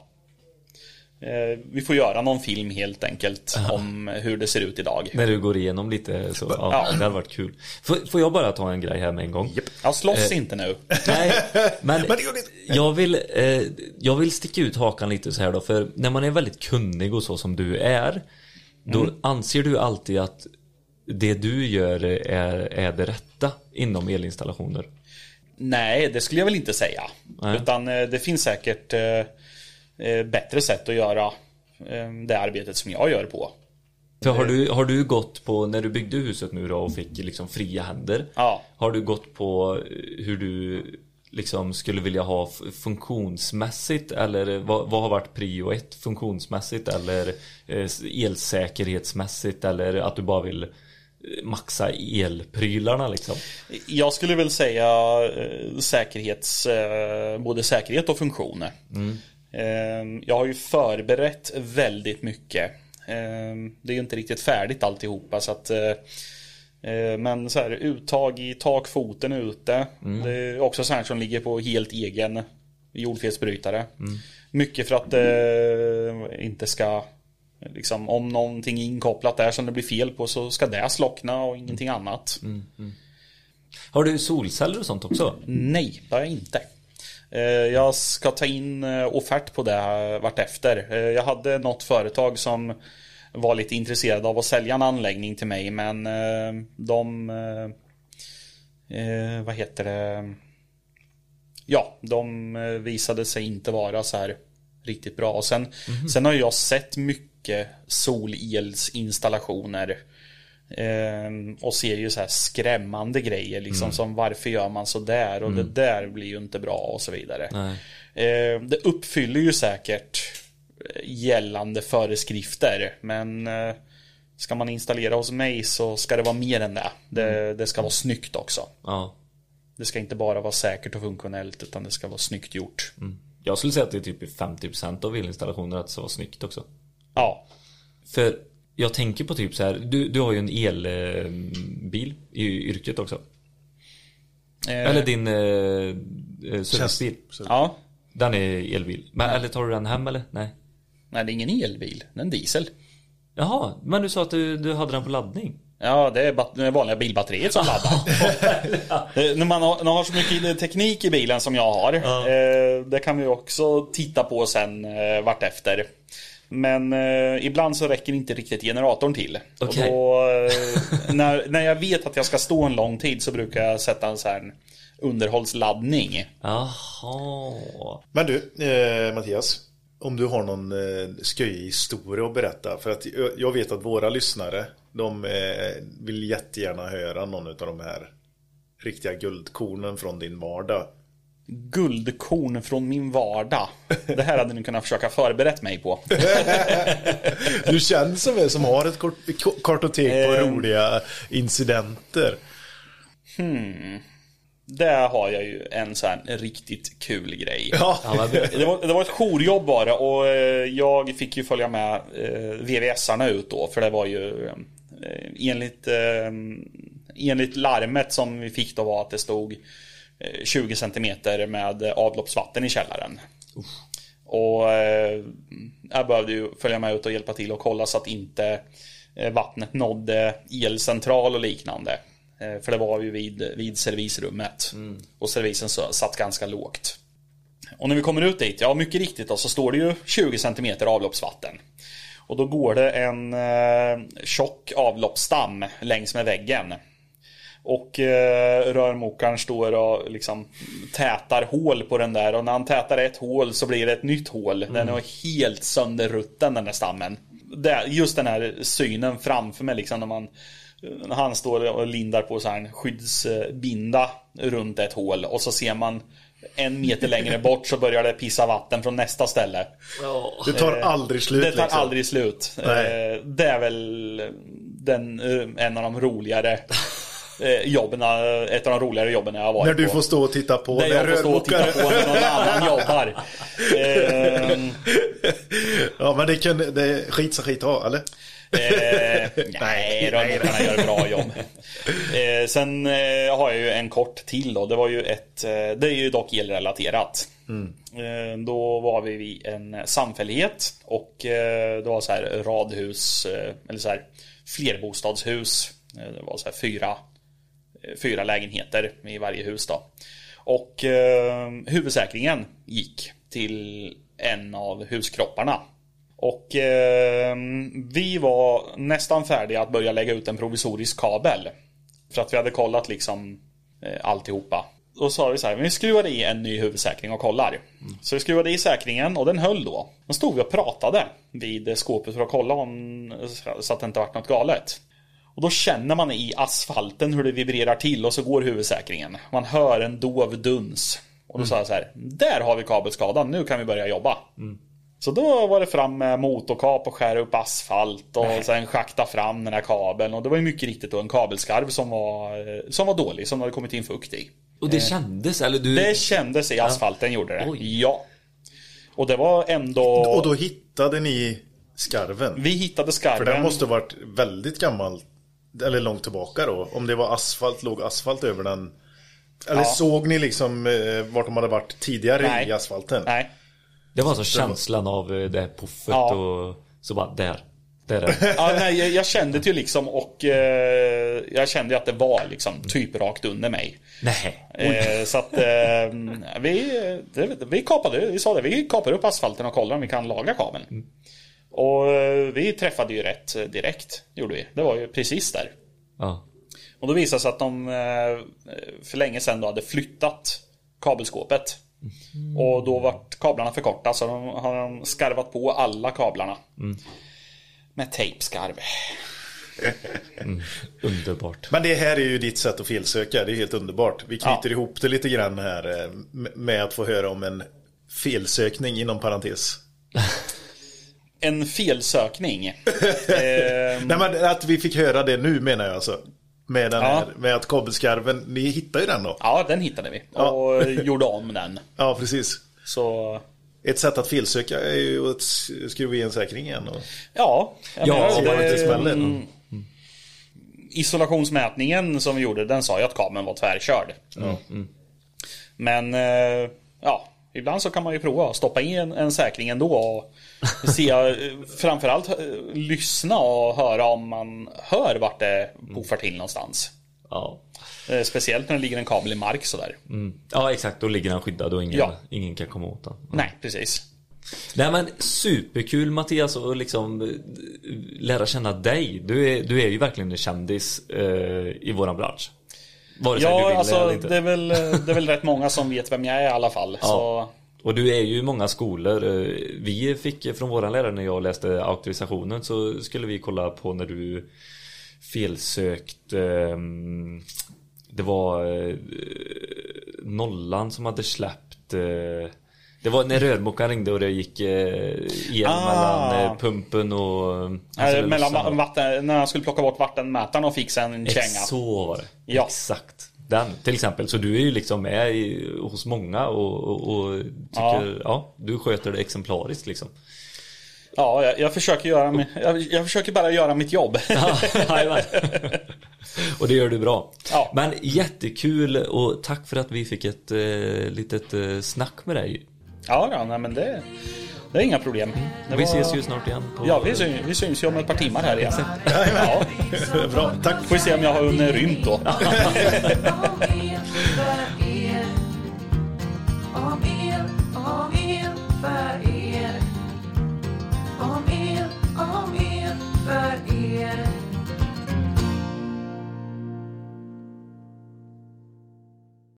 eh, vi får göra någon film helt enkelt. Aha. Om hur det ser ut idag. När du går igenom lite så, ja, ja. Det hade varit kul. Får, får jag bara ta en grej här med en gång? Yep. Jag slåss eh, inte nu. Nej, men jag vill, eh, jag vill sticka ut hakan lite så här då. För när man är väldigt kunnig och så som du är, då mm. anser du alltid att det du gör är, är det rätta inom elinstallationer? Nej, det skulle jag väl inte säga. Nej. Utan eh, det finns säkert eh, bättre sätt att göra eh, det arbetet som jag gör på. För har du, har du gått på, när du byggde huset nu då och fick liksom fria händer, ja. Har du gått på hur du liksom skulle vilja ha funktionsmässigt, eller vad, vad har varit prio ett, funktionsmässigt eller eh, elsäkerhetsmässigt, eller att du bara vill maxa elprylarna liksom? Jag skulle väl säga eh, säkerhets, eh, både säkerhet och funktion. Mm. Eh, jag har ju förberett väldigt mycket. Det är ju inte riktigt färdigt alltihopa, så att, men så här, uttag i takfoten ute, mm. Det är också så här som ligger på helt egen jordfelsbrytare. Mm. Mycket för att det inte ska liksom, om någonting är inkopplat där som det blir fel på, så ska det slockna och ingenting annat. Mm. Mm. Har du solceller och sånt också? Nej, det har jag inte. Jag ska ta in offert på det vart efter. Jag hade något företag som var lite intresserad av att sälja en anläggning till mig, men de vad heter det? Ja, de visade sig inte vara så här riktigt bra. Och sen, mm-hmm. sen har jag sett mycket solelsinstallationer Um, och ser ju så här skrämmande grejer liksom, mm. som varför gör man så där och mm. det där blir ju inte bra och så vidare. Uh, det uppfyller ju säkert gällande föreskrifter, men uh, ska man installera hos mig så ska det vara mer än det. Det, mm. det ska vara snyggt också. Ja. Det ska inte bara vara säkert och funktionellt, utan det ska vara snyggt gjort. Mm. Jag skulle säga att det är typ femtio procent av elinstallationer att det ska vara snyggt också. Ja. För jag tänker på typ så här, du, du har ju en elbil i yrket också. Eh. Eller din eh, servicebil. Ja. Den är elbil. Men, eller tar du den hem eller? Nej. Nej, det är ingen elbil. Det är en diesel. Jaha, men du sa att du, du hade den på laddning. Ja, det är bat- det vanliga bilbatteriet som laddar. När man har, när man har så mycket teknik i bilen som jag har, ja. eh, det kan vi också titta på sen eh, vart efter. Men eh, ibland så räcker inte riktigt generatorn till. Okay. Och då, eh, när, när jag vet att jag ska stå en lång tid, så brukar jag sätta en sån här underhållsladdning. Jaha. Men du, eh, Mattias, om du har någon eh, sköj historia att berätta. För att jag vet att våra lyssnare, de eh, vill jättegärna höra någon av de här riktiga guldkornen från din vardag. Guldkorn från min vardag. Det här hade ni kunnat försöka förberett mig på. Du känns som en som har ett kort, kartotek på um, roliga incidenter. Hmm. Där har jag ju en sån här riktigt kul grej. Ja. det, var, det var ett jourjobb bara, och jag fick ju följa med V V S-arna ut då, för det var ju enligt, enligt larmet som vi fick då var att det stod tjugo centimeter med avloppsvatten i källaren. Uff. Och eh, jag behövde ju följa med ut och hjälpa till och kolla så att inte eh, vattnet nådde elcentral och liknande. Eh, för det var ju vid, vid servisrummet. Mm. Och servisen så, satt ganska lågt. Och när vi kommer ut dit, ja mycket riktigt då, så står det ju tjugo centimeter avloppsvatten. Och då går det en eh, tjock avloppsstam längs med väggen. Och eh, rörmokaren står och liksom tätar hål på den där. Och när han tätar ett hål så blir det ett nytt hål. Mm. Den är helt sönderrutten, den där stammen. Det, just den här synen framför mig liksom, när, man, när han står och lindar på så här en skyddsbinda runt ett hål. Och så ser man en meter längre bort så börjar det pissa vatten från nästa ställe. Det tar aldrig slut. Det tar liksom. aldrig slut. Nej. Det är väl den, en av de roligare jobben, ett av de roligare jobben jag har varit på. När du på. får stå och titta på. När jag får stå och titta på när någon annan jobbar. ehm. Ja, men det kan det är skit så skit ha, eller? Eh, nej, rörmokarna gör ett bra jobb. Eh, sen eh, har jag ju en kort till då. Det var ju ett, eh, det är ju dock elrelaterat. Mm. Eh, då var vi vid en samfällighet. Och eh, det var så här radhus, eh, eller så här flerbostadshus. Eh, det var så här fyra Fyra lägenheter i varje hus då. Och eh, huvudsäkringen gick till en av huskropparna. Och eh, vi var nästan färdiga att börja lägga ut en provisorisk kabel. För att vi hade kollat liksom eh, alltihopa. då sa vi så här, vi skruvade i en ny huvudsäkring och kollar. Mm. Så vi skruvade i säkringen och den höll då. Då stod vi och pratade vid skåpet för att kolla om, så att det inte varit något galet. Och då känner man i asfalten hur det vibrerar till och så går huvudsäkringen. Man hör en dov duns. Och då mm. sa jag så här, där har vi kabelskadan, nu kan vi börja jobba. Mm. Så då var det fram med motorkap och skära upp asfalt och Nej. sen schakta fram den här kabeln. Och det var ju mycket riktigt då en kabelskarv som var, som var dålig, som hade kommit in fukt i. Och det kändes, eller du... Det kändes i asfalten, ja. gjorde det. Oj. Ja. Och det var ändå... Och då hittade ni skarven? Vi hittade skarven. För den måste ha varit väldigt gammal, eller långt tillbaka då. Om det var asfalt, låg asfalt över den. Eller ja. såg ni liksom eh, vart de hade varit tidigare Nej. i asfalten? Nej. Det var så känslan av det här puffet ja. och så bara där. där är det. Ja, nej, jag, jag kände det ju liksom och eh, jag kände att det var liksom typ rakt under mig. Nej. Eh, så att eh, vi, det, vi kapade, vi sa det, vi kapar upp asfalten och kollar om vi kan laga kabeln. Mm. Och eh, vi träffade ju rätt direkt, gjorde vi. Det var ju precis där. Ja. Och då visade sig att de eh, för länge sedan då hade flyttat kabelskåpet. Mm. Och då var kablarna för korta, så de har de skarvat på alla kablarna. Mm. Med tejpskarv. Mm. Underbart. Men det här är ju ditt sätt att felsöka. Det är helt underbart. Vi knyter ja. ihop det lite grann här med att få höra om en felsökning inom parentes. En felsökning. ehm... Nej, men att vi fick höra det nu menar jag alltså. Med, den här, ja. med att kabelskarven, ni hittade ju den då? Ja, den hittade vi. Och ja. gjorde om den. Ja, precis. Så... Ett sätt att felsöka är ju att skruva i en säkring igen. Och... Ja, ja så det, det smäller. Mm. Isolationsmätningen som vi gjorde, den sa ju att kabeln var tvärkörd. Mm. Mm. Men ja, ibland så kan man ju prova att stoppa in en, en säkring ändå och se, framförallt lyssna och höra om man hör vart det puffar till någonstans. Ja. Speciellt när det ligger en kabel i mark sådär. Mm. Ja, exakt, då ligger den skyddad och ingen, ja. ingen kan komma åt den. Ja. Nej, precis. Nej, men superkul Mattias att liksom lära känna dig. Du är, du är ju verkligen en kändis eh, i våran bransch. Vare sig ja, du vill alltså eller inte. Det är, väl, det är väl rätt många som vet vem jag är i alla fall. Ja. Så... Och du är ju i många skolor. Vi fick från våran lärare när jag läste auktorisationen, så skulle vi kolla på när du felsökt. Det var nollan som hade släppt. Det var när rörmokaren ringde och det gick el ah. mellan pumpen och alltså mellan vatten, när han skulle plocka bort vattenmätaren och fixa en känga. Så var det. Ja. Exakt. Den till exempel. Så du är ju liksom med i, hos många och, och, och tycker, ja. ja, du sköter det exemplariskt liksom. Ja, jag, jag försöker göra jag, jag försöker bara göra mitt jobb. Ja, och det gör du bra. Ja. Men jättekul och tack för att vi fick ett eh, litet eh, snack med dig. Ja, ja nej, men det, det är inga problem. Det vi var... ses ju snart igen. På... Ja, vi syns, vi syns ju om ett par timmar här igen. Ja, ja. Bra, tack. Får vi se om jag har rymt då.